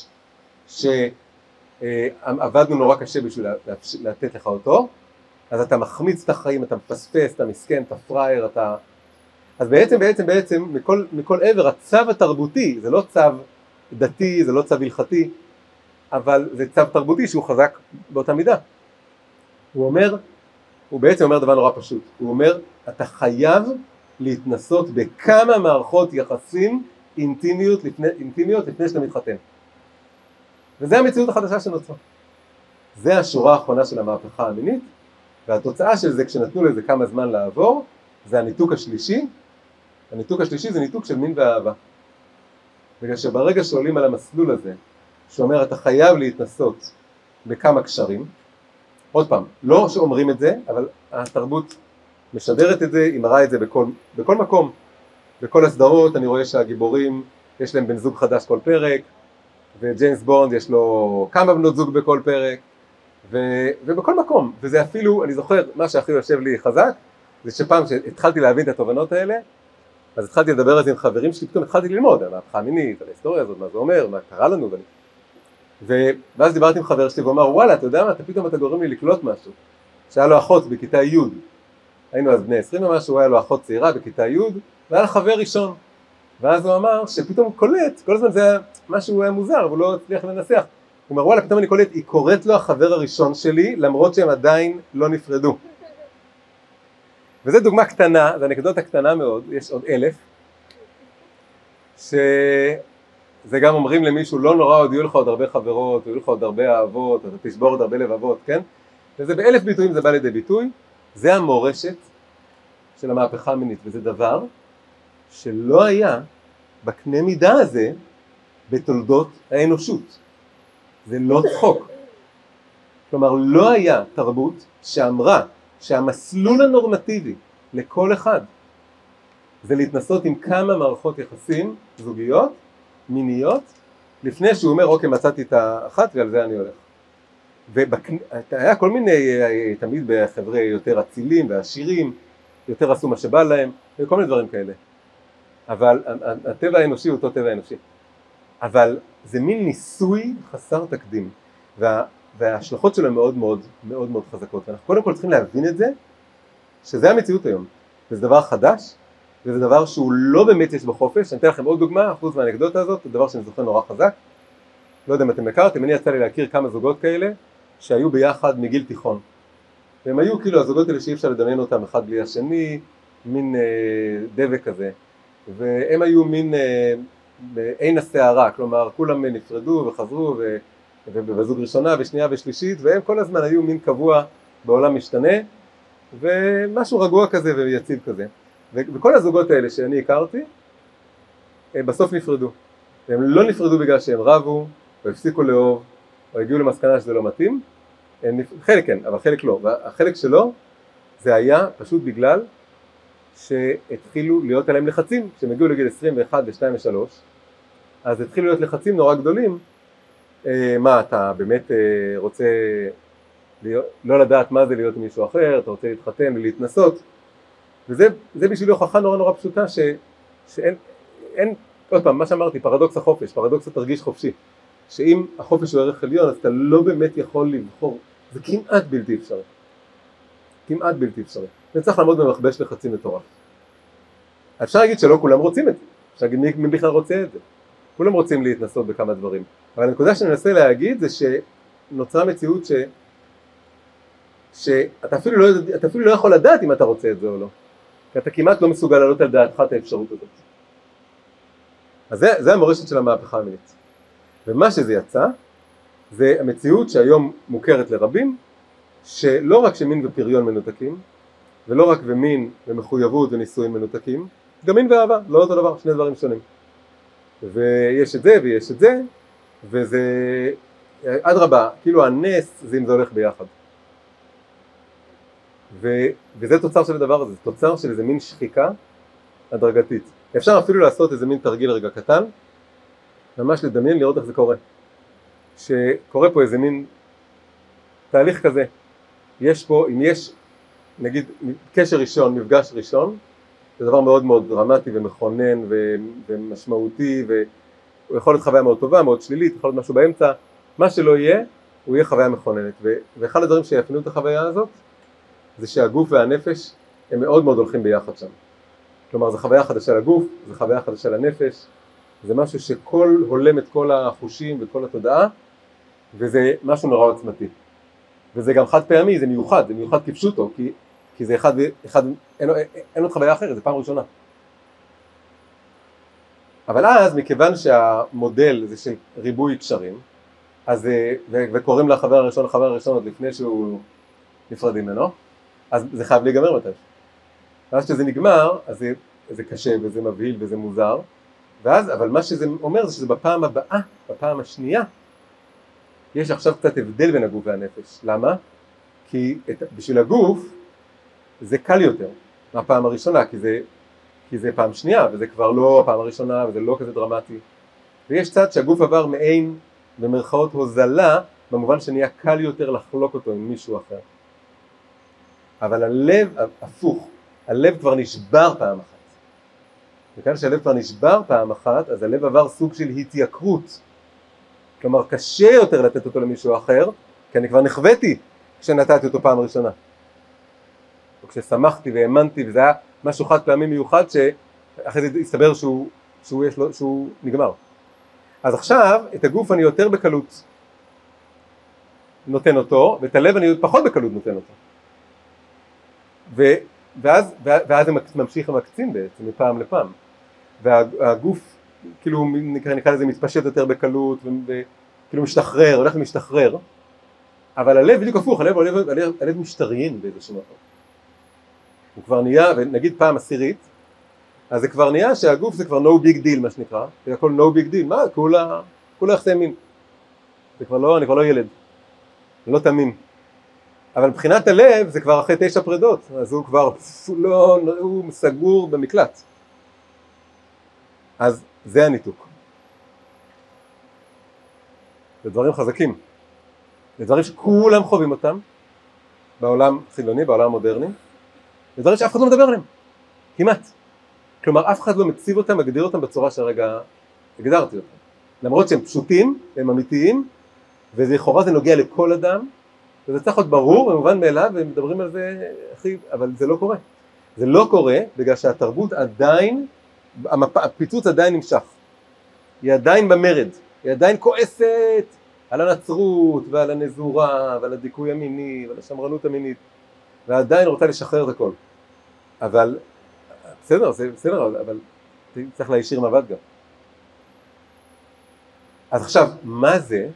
שעבדנו נורא קשה בשביל לתת לך אותו, אז אתה מחמיץ את החיים, אתה מפספס, אתה מסכן, אתה פרייר, אתה... אז בעצם, בעצם, בעצם, מכל, מכל עבר, הצו התרבותי, זה לא צו דתי, זה לא צו הלכתי, אבל זה צו תרבותי שהוא חזק באותה מידה. הוא אומר, הוא בעצם אומר דבר נורא פשוט, הוא אומר, אתה חייב להתנסות בכמה מערכות יחסים אינטימיות לפני, אינטימיות לפני שאתה מתחתן. וזה המציאות החדשה שנוצרה. זה השורה האחרונה של המהפכה המינית, והתוצאה של זה, כשנתנו לזה כמה זמן לעבור, זה הניתוק השלישי. הניתוק השלישי זה ניתוק של מין ואהבה. בגלל שברגע שעולים על המסלול הזה, שאומר אתה חייב להתנסות בכמה קשרים, עוד פעם, לא שאומרים את זה, אבל התרבות משדרת את זה, היא מראה את זה בכל, בכל מקום. בכל הסדרות אני רואה שהגיבורים יש להם בן זוג חדש כל פרק, וג'יימס בונד יש לו כמה בנות זוג בכל פרק, ו, ובכל מקום. וזה אפילו, אני זוכר, מה שהכי יושב לי חזק, זה שפעם שהתחלתי להבין את התובנות האלה, אז התחלתי לדבר על זה עם חברים שלי, פתאום התחלתי ללמוד על המהפכה המינית, על ההיסטוריה הזאת, מה זה אומר, מה קרה לנו. ו... ואז דיברתי עם חבר שלי ואומר, וואלה, אתה יודע מה, אתה פתאום אתה גורם לי לקלוט משהו. שהיה לו אחות בכיתה י', היינו אז בני עשרים ומשהו, היה לו אחות צעירה בכיתה י', והיה לה חבר ראשון. ואז הוא אמר שפתאום קולט, כל הזמן זה היה משהו היה מוזר, והוא לא הצליח לנסח. הוא אומר, וואלה, פתאום אני קולט, היא קוראת לו החבר הראשון שלי, למרות שהם עדיין לא נפרדו. וזו דוגמה קטנה, זו אנקדוטה קטנה מאוד, יש עוד אלף, שזה גם אומרים למישהו, לא נורא, עוד יהיו לך עוד הרבה חברות, יהיו לך עוד הרבה אהבות, אתה תשבור עוד הרבה לבבות, כן? וזה באלף ביטויים זה בא לידי ביטוי, זה המורשת של המהפכה המינית, וזה דבר שלא היה בקנה מידה הזה בתולדות האנושות. זה לא צחוק. כלומר, לא היה תרבות שאמרה שהמסלול הנורמטיבי לכל אחד זה להתנסות עם כמה מערכות יחסים זוגיות, מיניות, לפני שהוא אומר, אוקיי, מצאתי את האחת ועל זה אני הולך. והיה כל מיני, תמיד בחברי יותר אצילים ועשירים, יותר עשו מה שבא להם, וכל מיני דברים כאלה. אבל הטבע האנושי הוא אותו טבע האנושי. אבל זה מין ניסוי חסר תקדים, וה, וההשלכות שלו מאוד מאוד מאוד מאוד חזקות. ואנחנו קודם כל צריכים להבין את זה, שזה המציאות היום. וזה דבר חדש, וזה דבר שהוא לא באמת יש בחופש. אני אתן לכם עוד דוגמה, אחוז מהאנקדוטה הזאת, זה דבר שאני זוכר נורא חזק. לא יודע אם אתם הכרתם, אני יצא לי להכיר כמה זוגות כאלה, שהיו ביחד מגיל תיכון. והם היו כאילו הזוגות האלה שאי אפשר לדמיין אותם אחד בלי השני, מין אה, דבק כזה. והם היו מין אה, בעין הסערה, כלומר כולם נפרדו וחזרו, ו, ובזוג ראשונה ושנייה ושלישית, והם כל הזמן היו מין קבוע בעולם משתנה, ומשהו רגוע כזה ויציב כזה. ו, וכל הזוגות האלה שאני הכרתי, בסוף נפרדו. והם לא נפרדו בגלל שהם רבו, או הפסיקו לאהוב, או הגיעו למסקנה שזה לא מתאים. חלק כן, אבל חלק לא. והחלק שלו, זה היה פשוט בגלל שהתחילו להיות עליהם לחצים, כשהם הגיעו לגיל עשרים ואחת ו-שתיים ו-שלוש, אז התחילו להיות לחצים נורא גדולים. מה, אתה באמת רוצה להיות, לא לדעת מה זה להיות מישהו אחר, אתה רוצה להתחתן ולהתנסות, וזה זה בשביל הוכחה נורא נורא פשוטה ש, שאין, אין, עוד פעם, מה שאמרתי, פרדוקס החופש, פרדוקס התרגיש חופשי, שאם החופש הוא ערך עליון, אז אתה לא באמת יכול לבחור, זה כמעט בלתי אפשרי, כמעט בלתי אפשרי, וצריך לעמוד במכבש לחצים מטורף. אפשר להגיד שלא כולם רוצים את זה, אפשר להגיד מי, מי בכלל רוצה את זה, כולם רוצים להתנסות בכמה דברים, אבל הנקודה שאני מנסה להגיד זה שנוצרה מציאות ש... שאתה אפילו לא, אתה אפילו לא יכול לדעת אם אתה רוצה את זה או לא, כי אתה כמעט לא מסוגל לעלות על דעתך את האפשרות הזאת. אז זה, זה המורשת של המהפכה המינית. ומה שזה יצא, זה המציאות שהיום מוכרת לרבים, שלא רק שמין ופריון מנותקים, ולא רק ומין ומחויבות ונישואים מנותקים, גם מין ואהבה, לא אותו דבר, שני דברים שונים. ויש את זה ויש את זה, וזה, עד רבה, כאילו הנס זה אם זה הולך ביחד. ו, וזה תוצר של הדבר הזה, זה תוצר של איזה מין שחיקה הדרגתית. אפשר אפילו לעשות איזה מין תרגיל רגע קטן, ממש לדמיין, לראות איך זה קורה. שקורה פה איזה מין תהליך כזה, יש פה, אם יש נגיד קשר ראשון, מפגש ראשון, זה דבר מאוד מאוד דרמטי ומכונן ומשמעותי, והוא יכול להיות חוויה מאוד טובה, מאוד שלילית, יכול להיות משהו באמצע, מה שלא יהיה, הוא יהיה חוויה מכוננת. ואחד הדברים שיפנו את החוויה הזאת, זה שהגוף והנפש הם מאוד מאוד הולכים ביחד שם. כלומר, זו חוויה חדשה לגוף, זו חוויה חדשה לנפש, זה משהו שכל הולם את כל החושים וכל התודעה, וזה משהו נורא עוצמתי. וזה גם חד פעמי, זה מיוחד, זה מיוחד כפשוטו, כי, כי זה אחד, אחד אין, אין, אין עוד חוויה אחרת, זה פעם ראשונה. אבל אז, מכיוון שהמודל זה של ריבוי קשרים, אז, ו, וקוראים לחבר הראשון לחבר הראשון עוד לפני שהוא נפרד ממנו, אז זה חייב להיגמר מתי. ואז כשזה נגמר, אז זה, זה קשה וזה מבהיל וזה מוזר, ואז, אבל מה שזה אומר זה שזה בפעם הבאה, בפעם השנייה, יש עכשיו קצת הבדל בין הגוף והנפש. למה? כי את, בשביל הגוף זה קל יותר מהפעם הראשונה, כי זה, כי זה פעם שנייה, וזה כבר לא הפעם הראשונה, וזה לא כזה דרמטי. ויש צד שהגוף עבר מעין, במרכאות הוזלה, במובן שנהיה קל יותר לחלוק אותו עם מישהו אחר. אבל הלב הפוך, הלב כבר נשבר פעם אחת. וכאן שהלב כבר נשבר פעם אחת, אז הלב עבר סוג של התייקרות. כלומר, קשה יותר לתת אותו למישהו אחר, כי אני כבר נחוויתי כשנתתי אותו פעם ראשונה. או כששמחתי והאמנתי, וזה היה משהו חד פעמי מיוחד, שאחרי זה הסתבר שהוא, שהוא, יש לו, שהוא נגמר. אז עכשיו, את הגוף אני יותר בקלות נותן אותו, ואת הלב אני פחות בקלות נותן אותו. ו, ואז, ואז זה ממשיך ומקצין בעצם, מפעם לפעם. והגוף, כאילו, נקרא, נקרא לזה, מתפשט יותר בקלות, וכאילו משתחרר, הולך ומשתחרר. אבל הלב בדיוק הפוך, הלב, הלב, הלב, הלב משתריין באיזשהו מקום. הוא כבר נהיה, ונגיד פעם עשירית, אז זה כבר נהיה שהגוף זה כבר no big deal, מה שנקרא, זה הכל no big deal, מה? כולה, כולה יחסי מין. זה כבר לא, אני כבר לא ילד, לא תמים. אבל מבחינת הלב זה כבר אחרי תשע פרדות, אז הוא כבר, לא, הוא סגור במקלט. אז זה הניתוק. זה דברים חזקים. זה דברים שכולם חווים אותם, בעולם חילוני, בעולם מודרני, זה דברים שאף אחד לא מדבר עליהם, כמעט. כלומר, אף אחד לא מציב אותם, מגדיר אותם בצורה שהרגע הגדרתי אותם. למרות שהם פשוטים, הם אמיתיים, ולכאורה זה נוגע לכל אדם, וזה צריך להיות ברור ומובן מאליו, והם מדברים על זה, אחי, אבל זה לא קורה. זה לא קורה בגלל שהתרבות עדיין, הפיצוץ עדיין נמשך. היא עדיין במרד, היא עדיין כועסת על הנצרות ועל הנזורה ועל הדיכוי המיני ועל השמרנות המינית, ועדיין רוצה לשחרר את הכל. אבל, בסדר, זה בסדר, אבל צריך להישיר מבט גם. אז עכשיו, מה זה?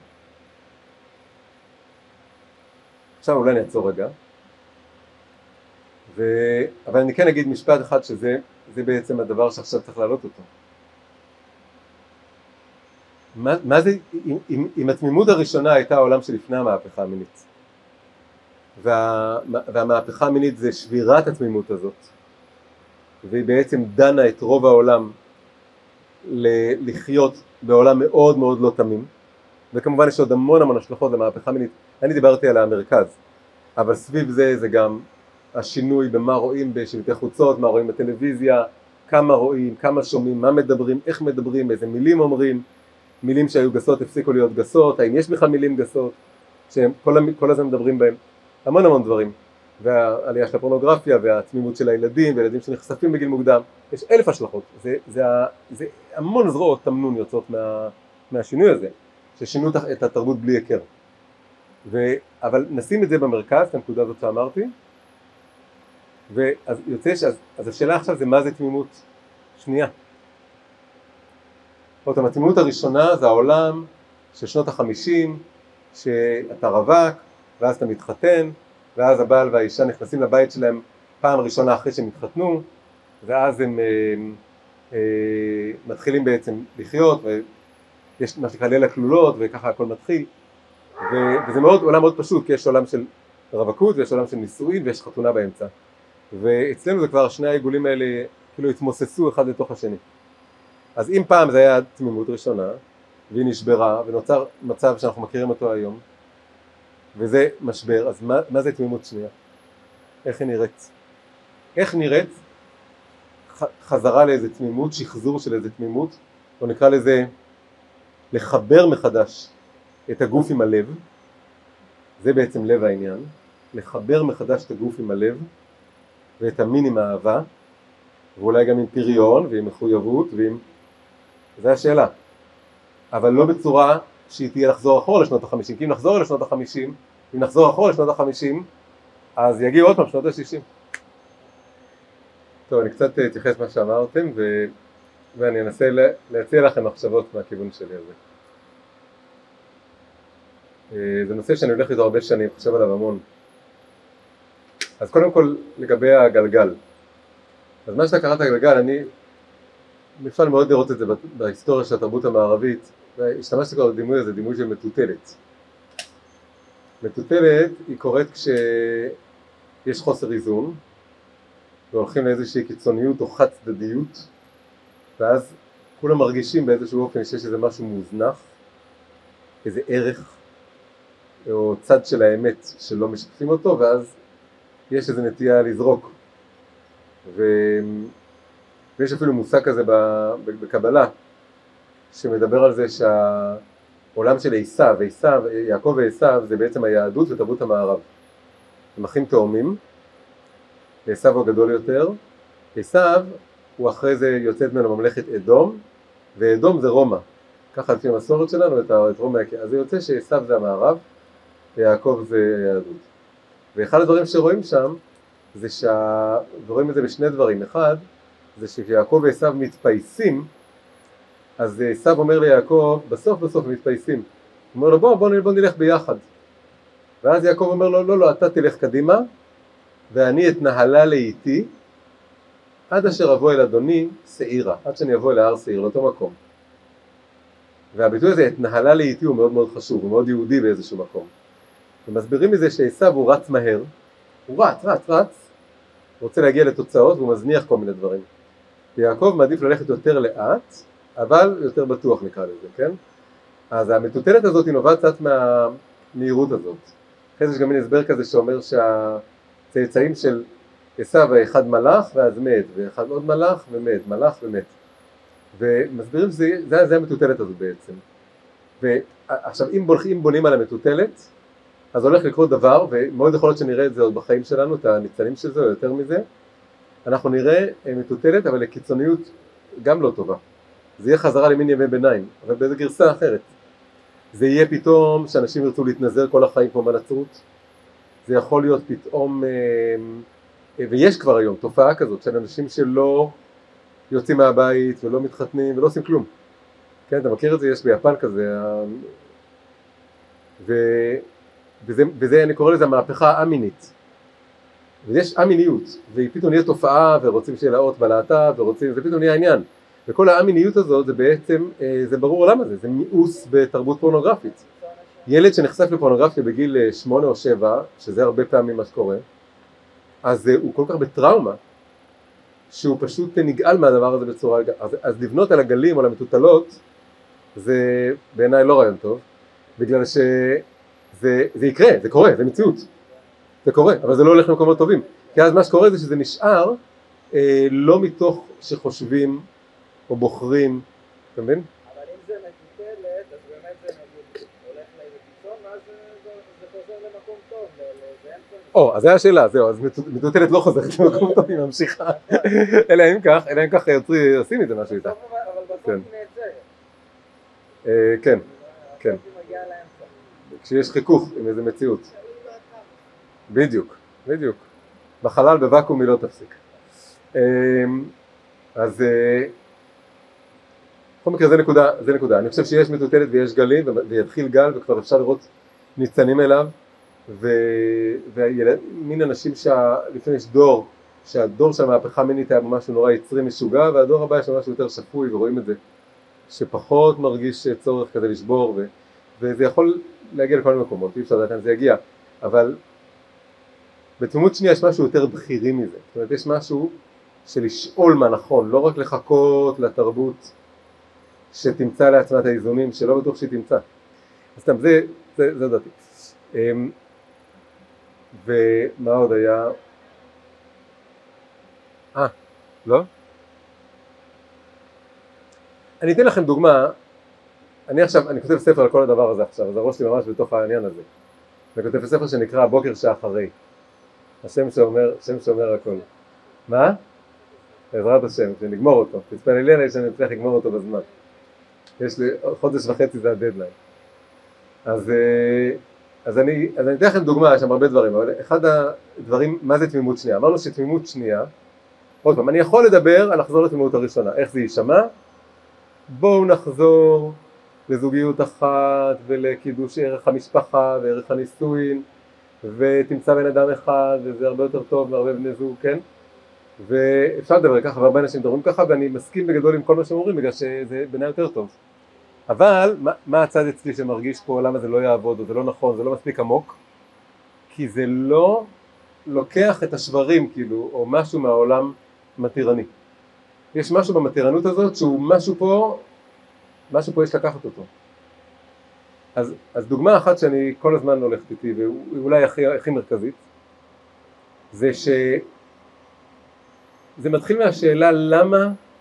עכשיו אולי אני אעצור רגע. ו... אבל אני כן אגיד משפט אחד שזה זה בעצם הדבר שעכשיו צריך להעלות אותו. מה, מה זה, אם, אם התמימות הראשונה הייתה העולם שלפני המהפכה המינית, וה, והמהפכה המינית זה שבירת התמימות הזאת, והיא בעצם דנה את רוב העולם ל- לחיות בעולם מאוד מאוד לא תמים, וכמובן יש עוד המון המון השלכות למהפכה המינית. אני דיברתי על המרכז, אבל סביב זה זה גם השינוי במה רואים בשלטי חוצות, מה רואים בטלוויזיה, כמה רואים, כמה שומעים, מה מדברים, איך מדברים, איזה מילים אומרים, מילים שהיו גסות הפסיקו להיות גסות, האם יש בכלל מילים גסות, שהם כל, כל הזמן מדברים בהם, המון המון דברים, והעלייה של הפורנוגרפיה והתמימות של הילדים וילדים שנחשפים בגיל מוקדם, יש אלף השלכות, זה, זה, זה המון זרועות תמנון יוצאות מה, מהשינוי הזה, ששינו את התרבות בלי הכר. ו, אבל נשים את זה במרכז, את הנקודה הזאת שאמרתי, ואז יוצא ש... אז השאלה עכשיו זה מה זה תמימות שנייה. זאת אומרת, התמימות הראשונה זה העולם של שנות החמישים, שאתה רווק, ואז אתה מתחתן, ואז הבעל והאישה נכנסים לבית שלהם פעם ראשונה אחרי שהם התחתנו, ואז הם אה, אה, מתחילים בעצם לחיות, ויש מה שנקרא ליל הכלולות, וככה הכל מתחיל, ו... וזה מאוד, עולם מאוד פשוט, כי יש עולם של רווקות, ויש עולם של נישואין, ויש חתונה באמצע. ואצלנו זה כבר שני העיגולים האלה כאילו התמוססו אחד לתוך השני. אז אם פעם זה היה תמימות ראשונה, והיא נשברה, ונוצר מצב שאנחנו מכירים אותו היום, וזה משבר, אז מה, מה זה תמימות שנייה? איך היא נראית? איך נראית חזרה לאיזה תמימות, שחזור של איזה תמימות, או נקרא לזה לחבר מחדש את הגוף עם הלב, זה בעצם לב העניין, לחבר מחדש את הגוף עם הלב, ואת המין עם האהבה, ואולי גם עם פריון ועם מחויבות, ועם... זה השאלה. אבל לא בצורה שהיא תהיה לחזור אחורה לשנות החמישים, כי אם נחזור לשנות החמישים, אם נחזור אחורה לשנות החמישים, אז יגיעו עוד פעם שנות השישים. טוב, אני קצת אתייחס מה שאמרתם, ו... ואני אנסה להציע לכם מחשבות מהכיוון שלי הזה. זה נושא שאני הולך איתו הרבה שנים, חושב עליו המון. אז קודם כל לגבי הגלגל. אז מה שאתה קראת הגלגל, אני נפעל מאוד לראות את זה בהיסטוריה של התרבות המערבית, והשתמשתי כבר בדימוי הזה, דימוי של מטוטלת. מטוטלת היא קורית כשיש חוסר איזון, והולכים לאיזושהי קיצוניות או חד צדדיות, ואז כולם מרגישים באיזשהו אופן שיש איזה משהו מוזנח, איזה ערך, או צד של האמת שלא משקפים אותו, ואז יש איזו נטייה לזרוק. ו... ויש אפילו מושג כזה בקבלה, שמדבר על זה שהעולם של עשיו, עשיו, יעקב ועשיו, זה בעצם היהדות ותרבות המערב. הם אחים תאומים, עשיו הוא הגדול יותר, עשיו הוא אחרי זה יוצאת ממנו ממלכת אדום, ואדום זה רומא. ככה לפי המסורת שלנו, את רומא, אז זה יוצא שעשיו זה המערב, ויעקב זה היהדות. ואחד הדברים שרואים שם, זה שה... ורואים את זה בשני דברים. אחד, זה שיעקב ועשיו מתפייסים, אז עשיו אומר ליעקב, בסוף בסוף הם מתפייסים. הוא אומר לו, בוא, בוא, בוא נלך ביחד. ואז יעקב אומר לו, לא, לא, אתה תלך קדימה, ואני אתנהלה לאיתי, עד אשר אבוא אל אדוני שעירה, עד שאני אבוא אל ההר שעיר, לאותו מקום. והביטוי הזה, התנהלה לאיתי, הוא מאוד מאוד חשוב, הוא מאוד יהודי באיזשהו מקום. ומסבירים מזה שעשיו הוא רץ מהר, הוא רץ, רץ, רץ, הוא רוצה להגיע לתוצאות והוא מזניח כל מיני דברים. ויעקב מעדיף ללכת יותר לאט, אבל יותר בטוח נקרא לזה, כן? אז המטוטלת הזאת היא נובעת קצת מהמהירות הזאת. אחרי זה יש גם מין הסבר כזה שאומר שהצאצאים של עשיו האחד מלך ואז מת, ואחד עוד מלך ומת, מלך ומת. ומסבירים שזה זה, זה המטוטלת הזאת בעצם. ועכשיו אם, אם בונים על המטוטלת, אז הולך לקרות דבר, ומאוד יכול להיות שנראה את זה עוד בחיים שלנו, את הניצנים של זה או יותר מזה, אנחנו נראה מטוטלת אבל לקיצוניות גם לא טובה. זה יהיה חזרה למין ימי ביניים, אבל באיזו גרסה אחרת. זה יהיה פתאום שאנשים ירצו להתנזר כל החיים כמו בנצרות, זה יכול להיות פתאום, ויש כבר היום תופעה כזאת של אנשים שלא יוצאים מהבית ולא מתחתנים ולא עושים כלום. כן, אתה מכיר את זה? יש ביפן כזה, ו... וזה, וזה אני קורא לזה המהפכה האמינית. ויש אמיניות, והיא פתאום נהיה תופעה ורוצים שיהיה לה אות בלהט"ב ורוצים, זה פתאום נהיה עניין. וכל האמיניות הזאת זה בעצם, זה ברור למה זה, זה מיאוס בתרבות פורנוגרפית. ילד שנחשף לפורנוגרפיה בגיל שמונה או שבע, שזה הרבה פעמים מה שקורה, אז הוא כל כך בטראומה, שהוא פשוט נגעל מהדבר הזה בצורה, אז, אז לבנות על הגלים או על המטוטלות, זה בעיניי לא רעיון טוב, בגלל שזה זה יקרה, זה קורה, זה מציאות, זה קורה, אבל זה לא הולך למקומות טובים, כי אז מה שקורה זה שזה נשאר, אה, לא מתוך שחושבים או בוחרים, אתה מבין? אבל אם זה מטוטלת, אז באמת זה נגיד, הולך לאיזה קיצון, ואז זה, זה חוזר למקום טוב, לאמצע. או, אז זה השאלה, זהו, אז מטוטלת לא חוזרת למקום טוב, היא ממשיכה, אלא אם כך, אלא אם כך יוצרי, עושים את זה משהו איתה. אבל בסוף היא נעצרת. אה, כן, כן. בסוף היא מגיעה לאמצע. כשיש חיכוך עם איזה מציאות. בדיוק, בדיוק. בחלל בוואקום היא לא תפסיק. אז בכל מקרה זה נקודה, זה נקודה. אני חושב שיש מטוטלת ויש גלים ויתחיל גל וכבר אפשר לראות ניצנים אליו, ומין אנשים שלפעמים יש דור, שהדור של המהפכה המינית היה משהו נורא יצרי משוגע, והדור הבא יש משהו יותר שפוי ורואים את זה, שפחות מרגיש צורך כזה לשבור, ו... וזה יכול להגיע לכל מיני מקומות, אי אפשר לדעת אם זה יגיע, אבל בתמימות שנייה יש משהו יותר בכירי מזה, זאת אומרת יש משהו של לשאול מה נכון, לא רק לחכות לתרבות שתמצא לעצמה את האיזונים שלא בטוח שהיא תמצא. אז סתם, זה, זה, זה דעתי. ומה עוד היה? אה, לא? אני אתן לכם דוגמה, אני עכשיו, אני כותב ספר על כל הדבר הזה עכשיו, אז הראש שלי ממש בתוך העניין הזה. אני כותב ספר שנקרא הבוקר שאחרי. השם שאומר, השם שאומר הכל. מה? בעזרת השם, שנגמור אותו. תתפללי עליי שאני אצליח לגמור אותו בזמן. יש לי חודש וחצי זה הדדליין. אז, אז אני, אז אני אתן לכם דוגמה, יש שם הרבה דברים, אבל אחד הדברים, מה זה תמימות שנייה? אמרנו שתמימות שנייה, עוד פעם, אני יכול לדבר על לחזור לתמימות הראשונה, איך זה יישמע? בואו נחזור לזוגיות אחת ולקידוש ערך המשפחה וערך הנישואין, ותמצא בן אדם אחד וזה הרבה יותר טוב מהרבה בני זוג, כן? ואפשר לדבר ככה, והרבה אנשים מדברים ככה, ואני מסכים בגדול עם כל מה שהם אומרים, בגלל שזה בעיניי יותר טוב. אבל מה, מה הצד אצלי שמרגיש פה, למה זה לא יעבוד, או זה לא נכון, זה לא מספיק עמוק? כי זה לא לוקח את השברים, כאילו, או משהו מהעולם מתירני. יש משהו במתירנות הזאת שהוא משהו פה, משהו פה יש לקחת אותו. אז, אז דוגמה אחת שאני כל הזמן הולכת איתי, ואולי הכי, הכי מרכזית, זה ש... זה מתחיל מהשאלה למה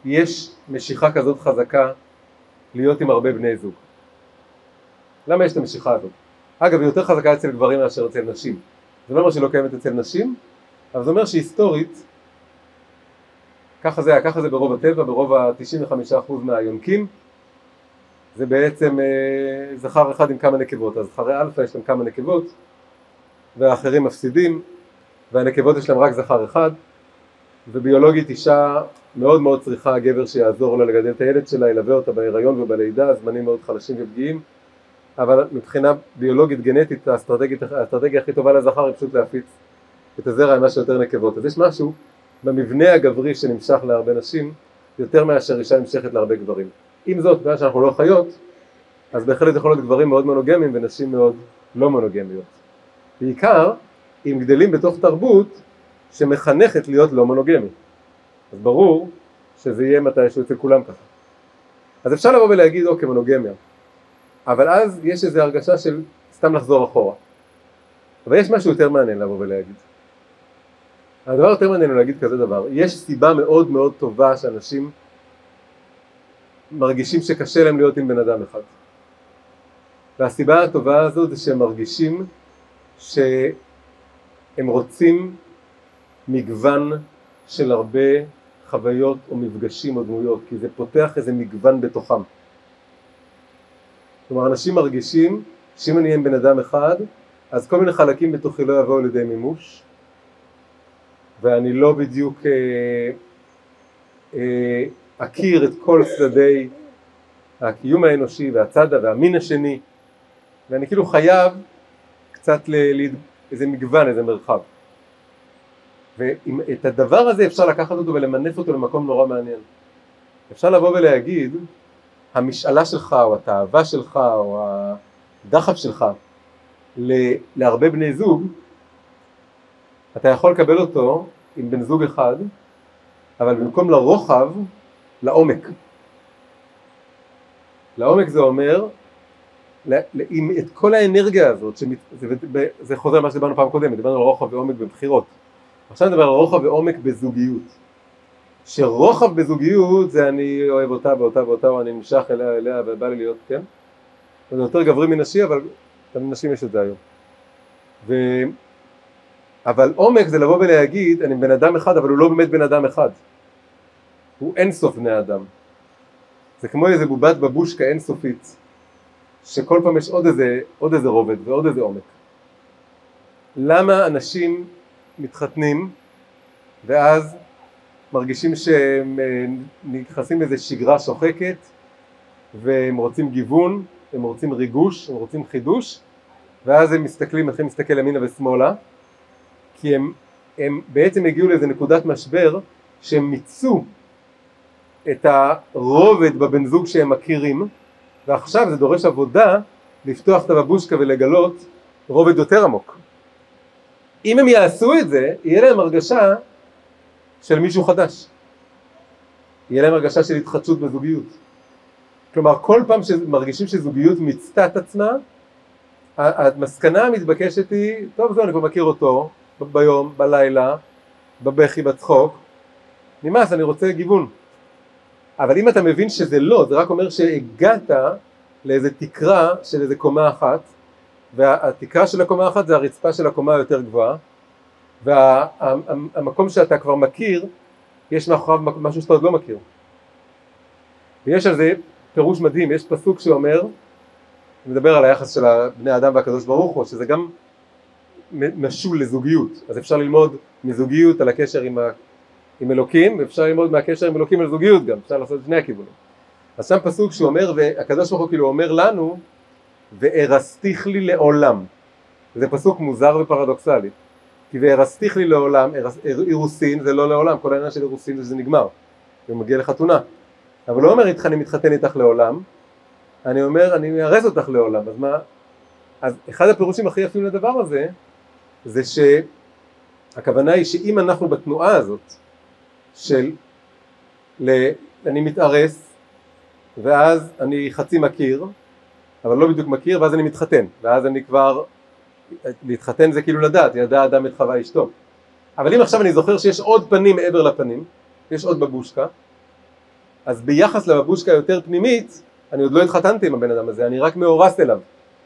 יש משיכה כזאת חזקה להיות עם הרבה בני זוג? למה יש את המשיכה הזאת? אגב, היא יותר חזקה אצל גברים מאשר אצל נשים. זה לא אומר שהיא לא קיימת אצל נשים, אבל זה אומר שהיסטורית, ככה זה היה, ככה זה ברוב הטבע, ברוב ה-תשעים וחמישה אחוז מהיונקים, זה בעצם אה, זכר אחד עם כמה נקבות. אז זכרי אלפא יש להם כמה נקבות, והאחרים מפסידים, והנקבות יש להם רק זכר אחד, וביולוגית אישה מאוד מאוד צריכה הגבר שיעזור לה לגדל את הילד שלה, ילווה אותה בהיריון ובלידה, זמנים מאוד חלשים ופגיעים, אבל מבחינה ביולוגית גנטית האסטרטגיה הכי טובה לזכר היא פשוט להפיץ את הזרע עם משהו יותר נקבות. אז יש משהו במבנה הגברי שנמשך להרבה נשים יותר מאשר אישה נמשכת להרבה גברים. עם זאת, בגלל שאנחנו לא חיות, אז בהחלט יכול להיות גברים מאוד מונוגמיים ונשים מאוד לא מונוגמיות. בעיקר אם גדלים בתוך תרבות שמחנכת להיות לא מונוגמי. אז ברור שזה יהיה מתישהו אצל כולם ככה. אז אפשר לבוא ולהגיד אוקיי מונוגמיה, אבל אז יש איזו הרגשה של סתם לחזור אחורה. אבל יש משהו יותר מעניין לבוא ולהגיד. הדבר יותר מעניין הוא להגיד כזה דבר, יש סיבה מאוד מאוד טובה שאנשים מרגישים שקשה להם להיות עם בן אדם אחד. והסיבה הטובה הזאת זה שהם מרגישים שהם רוצים מגוון של הרבה חוויות או מפגשים או דמויות, כי זה פותח איזה מגוון בתוכם. כלומר, אנשים מרגישים שאם אני אהיה עם בן אדם אחד, אז כל מיני חלקים בתוכי לא יבואו לידי מימוש, ואני לא בדיוק אה, אה, אכיר את כל צדדי הקיום האנושי והצד והמין השני, ואני כאילו חייב קצת לאיזה מגוון, איזה מרחב. ואת הדבר הזה אפשר לקחת אותו ולמנף אותו למקום נורא מעניין. אפשר לבוא ולהגיד, המשאלה שלך או התאווה שלך או הדחף שלך להרבה בני זוג, אתה יכול לקבל אותו עם בן זוג אחד, אבל במקום לרוחב, לעומק. לעומק זה אומר, עם את כל האנרגיה הזאת, שמת, זה, זה חוזר מה שדיברנו פעם קודמת, דיברנו על רוחב ועומק בבחירות. עכשיו נדבר על רוחב ועומק בזוגיות. שרוחב בזוגיות זה אני אוהב אותה ואותה ואותה, או אני נמשך אליה אליה ובא לי להיות, כן? זה יותר גברי מנשי, אבל גם נשים יש את זה היום. ו... אבל עומק זה לבוא ולהגיד, אני בן אדם אחד, אבל הוא לא באמת בן אדם אחד. הוא אינסוף בני אדם. זה כמו איזה בובת בבושקה אינסופית, שכל פעם יש עוד איזה, עוד איזה רובד ועוד איזה עומק. למה אנשים מתחתנים, ואז מרגישים שהם נכנסים לאיזו שגרה שוחקת, והם רוצים גיוון, הם רוצים ריגוש, הם רוצים חידוש, ואז הם מסתכלים, מתחילים להסתכל ימינה ושמאלה, כי הם, הם בעצם הגיעו לאיזו נקודת משבר, שהם מיצו את הרובד בבן זוג שהם מכירים, ועכשיו זה דורש עבודה לפתוח את הבבושקה ולגלות רובד יותר עמוק. אם הם יעשו את זה, יהיה להם הרגשה של מישהו חדש. יהיה להם הרגשה של התחדשות בזוגיות. כלומר, כל פעם שמרגישים שזוגיות מיצתה את עצמה, המסקנה המתבקשת היא, טוב זו, אני כבר מכיר אותו, ביום, בלילה, בבכי, בצחוק, נמאס, אני רוצה גיוון. אבל אם אתה מבין שזה לא, זה רק אומר שהגעת לאיזה תקרה של איזה קומה אחת, והתקרה של הקומה אחת זה הרצפה של הקומה היותר גבוהה, והמקום שאתה כבר מכיר, יש מאחוריו משהו שאתה עוד לא מכיר. ויש על זה פירוש מדהים, יש פסוק שאומר, מדבר על היחס של בני האדם והקדוש ברוך הוא, שזה גם משול לזוגיות. אז אפשר ללמוד מזוגיות על הקשר עם, ה... עם אלוקים, ואפשר ללמוד מהקשר עם אלוקים על זוגיות גם, אפשר לעשות את שני הכיוונים. אז שם פסוק שהוא אומר, והקדוש ברוך הוא כאילו אומר לנו, וארסתיך לי לעולם. זה פסוק מוזר ופרדוקסלי. כי וארסתיך לי לעולם, אירוסין זה לא לעולם, כל העניין של אירוסין זה שזה נגמר. הוא מגיע לחתונה. אבל לא אומר איתך אני מתחתן איתך לעולם, אני אומר אני מארס אותך לעולם. אז מה? אז אחד הפירושים הכי יפים לדבר הזה, זה שהכוונה היא שאם אנחנו בתנועה הזאת, של ל... אני מתארס, ואז אני חצי מכיר, אבל לא בדיוק מכיר, ואז אני מתחתן, ואז אני כבר, להתחתן זה כאילו לדעת, ידע אדם את חווה אשתו. אבל אם עכשיו אני זוכר שיש עוד פנים מעבר לפנים, יש עוד בבושקה, אז ביחס לבבושקה יותר פנימית, אני עוד לא התחתנתי עם הבן אדם הזה, אני רק מאורס אליו.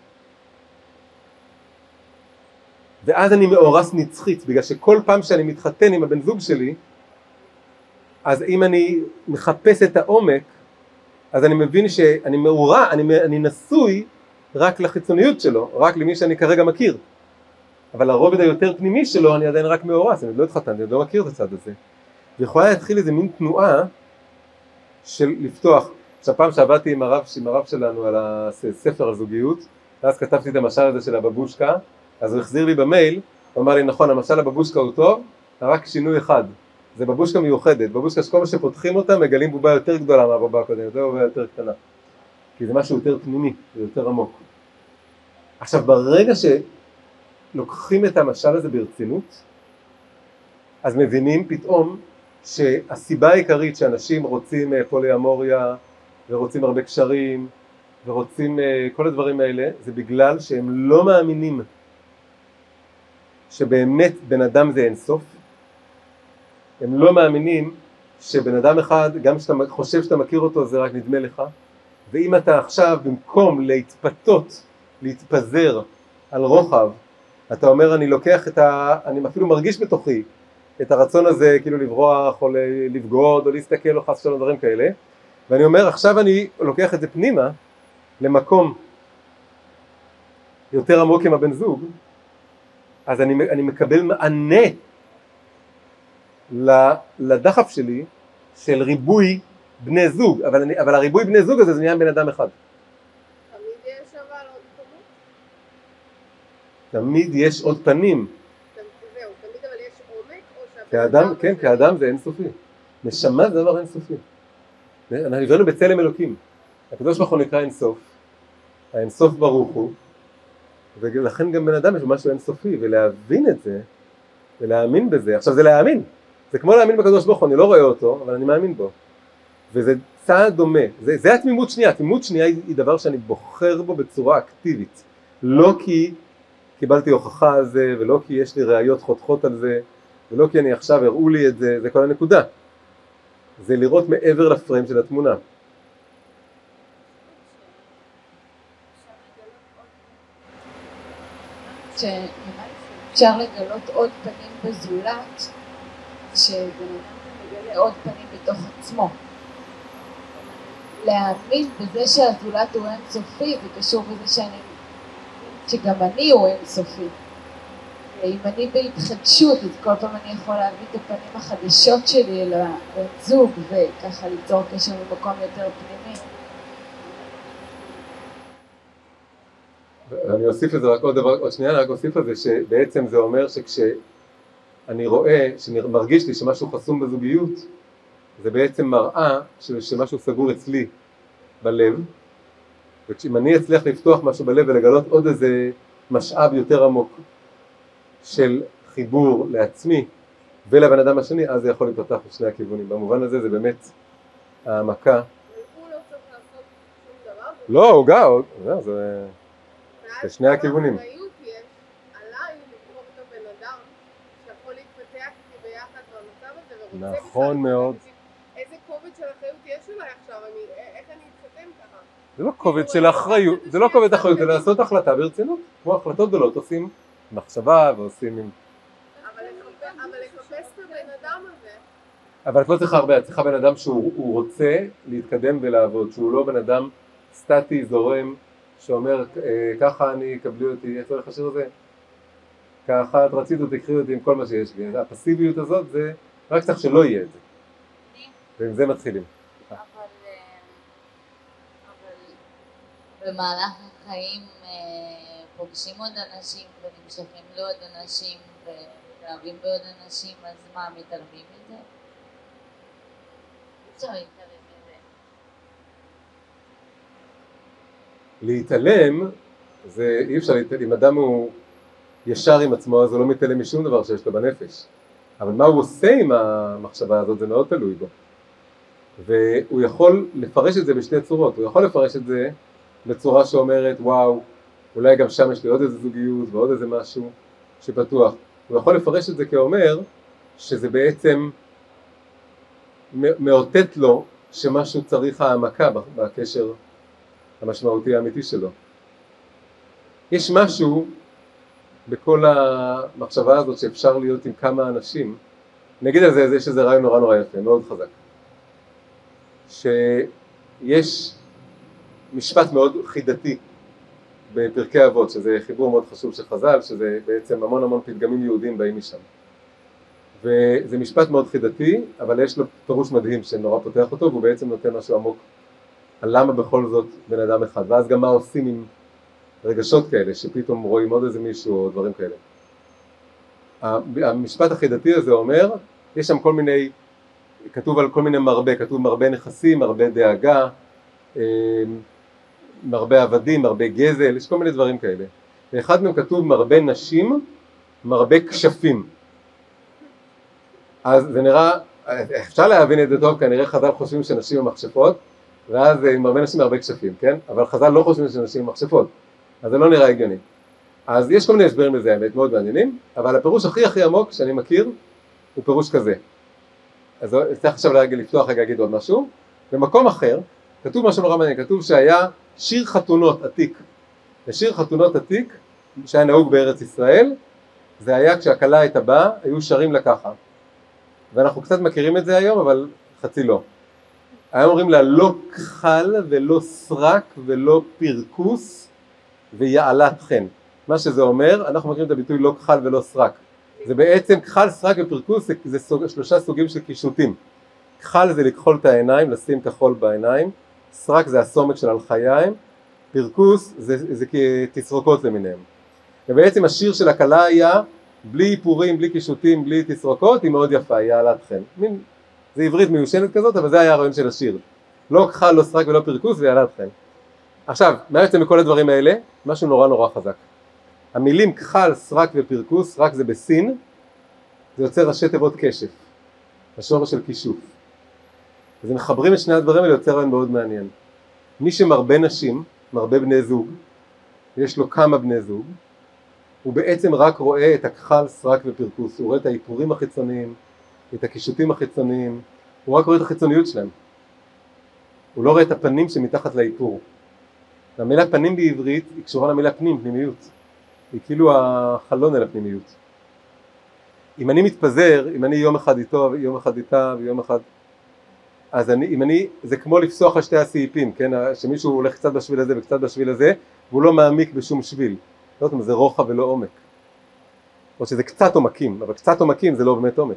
ואז אני מאורס נצחית, בגלל שכל פעם שאני מתחתן עם הבן זוג שלי, אז אם אני מחפש את העומק, אז אני מבין שאני מאורה, אני, אני נשוי רק לחיצוניות שלו, רק למי שאני כרגע מכיר. אבל הרובד היותר פנימי שלו אני עדיין רק מאורס, אני עוד לא התחתנתי, אני עוד לא מכיר את הצד הזה. ויכולה להתחיל איזה מין תנועה של לפתוח. עכשיו פעם שעבדתי עם הרב, עם הרב שלנו על הספר על זוגיות, ואז כתבתי את המשל הזה של הבבושקה, אז הוא החזיר לי במייל, הוא אמר לי נכון, המשל הבבושקה הוא טוב, רק שינוי אחד, זה בבושקה מיוחדת, בבושקה שכל מה שפותחים אותה מגלים בובה יותר גדולה מהבובה הקודמת, זה בובה יותר קטנה, כי זה משהו יותר פנימי, זה יותר עמוק. עכשיו ברגע שלוקחים את המשל הזה ברצינות, אז מבינים פתאום שהסיבה העיקרית שאנשים רוצים פוליאמוריה ורוצים הרבה קשרים ורוצים כל הדברים האלה, זה בגלל שהם לא מאמינים שבאמת בן אדם זה אינסוף. הם לא מאמינים שבן אדם אחד, גם שאתה חושב שאתה מכיר אותו, זה רק נדמה לך. ואם אתה עכשיו במקום להתפתות, להתפזר על רוחב, אתה אומר אני לוקח את ה... אני אפילו מרגיש בתוכי את הרצון הזה כאילו לברוח או לבגוד או להסתכל או חס שלום דברים כאלה, ואני אומר עכשיו אני לוקח את זה פנימה למקום יותר עמוק עם הבן זוג, אז אני, אני מקבל מענה לדחף שלי של ריבוי בני זוג, אבל, אני, אבל הריבוי בני זוג הזה זה נהיה בן אדם אחד. תמיד יש אבל עוד פנים? תמיד יש עוד פנים. זהו, תמיד אבל יש עומק או שהבן כאדם, כן, כאדם זה אינסופי. נשמה זה דבר אינסופי. אנחנו נבראנו בצלם אלוקים. הקדוש ברוך הוא נקרא אינסוף. האינסוף ברוך הוא. ולכן גם בן אדם יש משהו אינסופי, ולהבין את זה, ולהאמין בזה. עכשיו זה להאמין. זה כמו להאמין בקדוש ברוך הוא, אני לא רואה אותו, אבל אני מאמין בו. וזה צעד דומה. זה, זה התמימות שנייה. התמימות שנייה היא, היא דבר שאני בוחר בו בצורה אקטיבית. לא כי קיבלתי הוכחה על זה, ולא כי יש לי ראיות חותכות על זה, ולא כי אני עכשיו הראו לי את זה, זה כל הנקודה. זה לראות מעבר לפריים של התמונה. שאפשר לגלות עוד פנים בזולת, שבן אדם מגלה עוד פנים בתוך עצמו. להאמין בזה שהזולת הוא אינסופי, זה קשור בזה שאני, שגם אני הוא אינסופי. אם אני בהתחדשות, אז כל פעם אני יכול להביא את הפנים החדשות שלי אל הבן זוג, וככה ליצור קשר במקום יותר פנימי. אני אוסיף לזה רק עוד דבר, עוד שנייה, רק אוסיף לזה שבעצם זה אומר שכשאני רואה, שמרגיש לי שמשהו חסום בזוגיות, זה בעצם מראה שמשהו סגור אצלי בלב, וכשאם אני אצליח לפתוח משהו בלב ולגלות עוד איזה משאב יותר עמוק של חיבור לעצמי ולבן אדם השני, אז זה יכול להתפתח בשני הכיוונים. במובן הזה זה באמת העמקה. אבל הוא לא צריך לעשות שום דבר? לא, הוא גאו, זה... בשני הכיוונים. האחריות יש עליי לבחור את הבן אדם שיכול להתפתח איתי ביחד במצב הזה ורוצה נכון מאוד. איזה כובד של אחריות יש עליי עכשיו, איך אני אתחתן ככה? זה לא כובד של אחריות, זה לא כובד אחריות, זה לעשות החלטה ברצינות. כמו החלטות גדולות עושים מחשבה ועושים עם... אבל לחפש את הבן אדם הזה. אבל את לא צריכה הרבה, את צריכה בן אדם שהוא רוצה להתקדם ולעבוד, שהוא לא בן אדם סטטי, זורם, שאומר ככה אני אקבלי אותי, איך צריך לשיר את זה? ככה את רצית אותי, קחי אותי עם כל מה שיש לי. הפסיביות הזאת זה רק צריך שלא יהיה את זה. ועם זה מתחילים. אבל במהלך החיים פוגשים עוד אנשים ונמשכים לעוד אנשים ומתאהבים בעוד אנשים, אז מה, מתעלמים מזה? אפשר להתעלם מזה. להתעלם, זה אי אפשר להתעלם, אם אדם הוא ישר עם עצמו אז הוא לא מתעלם משום דבר שיש לו בנפש, אבל מה הוא עושה עם המחשבה הזאת זה מאוד תלוי בו, והוא יכול לפרש את זה בשתי צורות. הוא יכול לפרש את זה בצורה שאומרת וואו, אולי גם שם יש לי עוד איזה זוגיות ועוד איזה משהו שפתוח. הוא יכול לפרש את זה כאומר שזה בעצם מאותת לו שמשהו צריך העמקה בקשר המשמעותי האמיתי שלו. יש משהו בכל המחשבה הזאת שאפשר להיות עם כמה אנשים, נגיד על זה, יש איזה רעיון נורא נורא יפה, מאוד חזק, שיש משפט מאוד חידתי בפרקי אבות, שזה חיבור מאוד חשוב של חז"ל, שזה בעצם המון המון פתגמים יהודים באים משם. וזה משפט מאוד חידתי, אבל יש לו פירוש מדהים שנורא פותח אותו, והוא בעצם נותן משהו עמוק על למה בכל זאת בן אדם אחד, ואז גם מה עושים עם רגשות כאלה, שפתאום רואים עוד איזה מישהו או דברים כאלה. המשפט החידתי הזה אומר, יש שם כל מיני, כתוב על כל מיני מרבה, כתוב מרבה נכסים, מרבה דאגה, מרבה עבדים, מרבה גזל, יש כל מיני דברים כאלה. ואחד מהם כתוב מרבה נשים, מרבה כשפים. אז זה נראה, אפשר להבין את זה טוב, כנראה חז"ל חושבים שנשים הם מכשפות, ואז עם הרבה נשים הרבה כשפים, כן? אבל חז"ל לא חושבים שנשים הם מכשפות, אז זה לא נראה הגיוני. אז יש כל מיני הסברים לזה, האמת מאוד מעניינים, אבל הפירוש הכי הכי עמוק שאני מכיר, הוא פירוש כזה. אז צריך עכשיו לרגע לפתוח, רגע להגיד עוד משהו. במקום אחר, כתוב משהו נורא מעניין, כתוב שהיה שיר חתונות עתיק. ושיר חתונות עתיק, שהיה נהוג בארץ ישראל, זה היה כשהכלה הייתה באה, היו שרים לה ככה. ואנחנו קצת מכירים את זה היום, אבל חצי לא. היו אומרים לה לא כחל ולא סרק ולא פרקוס ויעלת חן. מה שזה אומר, אנחנו מכירים את הביטוי לא כחל ולא סרק. זה בעצם כחל, סרק ופרקוס, זה, זה סוג, שלושה סוגים של קישוטים. כחל זה לכחול את העיניים, לשים כחול בעיניים. סרק זה הסומק של הלחיים. פרקוס זה, זה, זה כתסרוקות למיניהם. ובעצם השיר של הכלה היה בלי איפורים, בלי קישוטים, בלי תסרוקות, היא מאוד יפה, היא העלת חן. מין, זה עברית מיושנת כזאת, אבל זה היה הרעיון של השיר. לא כחל, לא סרק ולא פרקוס והעלת חן. עכשיו, מה יוצא מכל הדברים האלה? משהו נורא נורא חזק. המילים כחל, סרק ופרקוס, סרק זה בסין, זה יוצר ראשי תיבות קשף, השורש של כישוף. אז אם מחברים את שני הדברים האלה יוצר רעיון מאוד מעניין. מי שמרבה נשים, מרבה בני זוג, יש לו כמה בני זוג, הוא בעצם רק רואה את הכחל, סרק ופרקוס, הוא רואה את האיפורים החיצוניים, את הקישוטים החיצוניים, הוא רק רואה את החיצוניות שלהם. הוא לא רואה את הפנים שמתחת לאיפור. המילה פנים בעברית היא קשורה למילה פנים, פנימיות. היא כאילו החלון אל הפנימיות. אם אני מתפזר, אם אני יום אחד איתו, יום אחד איתה ויום אחד, אז אני, אם אני, זה כמו לפסוח על שתי הסעיפים, כן? שמישהו הולך קצת בשביל הזה וקצת בשביל הזה, והוא לא מעמיק בשום שביל. לא יודעת, זה רוחב ולא עומק. או שזה קצת עומקים, אבל קצת עומקים זה לא באמת עומק.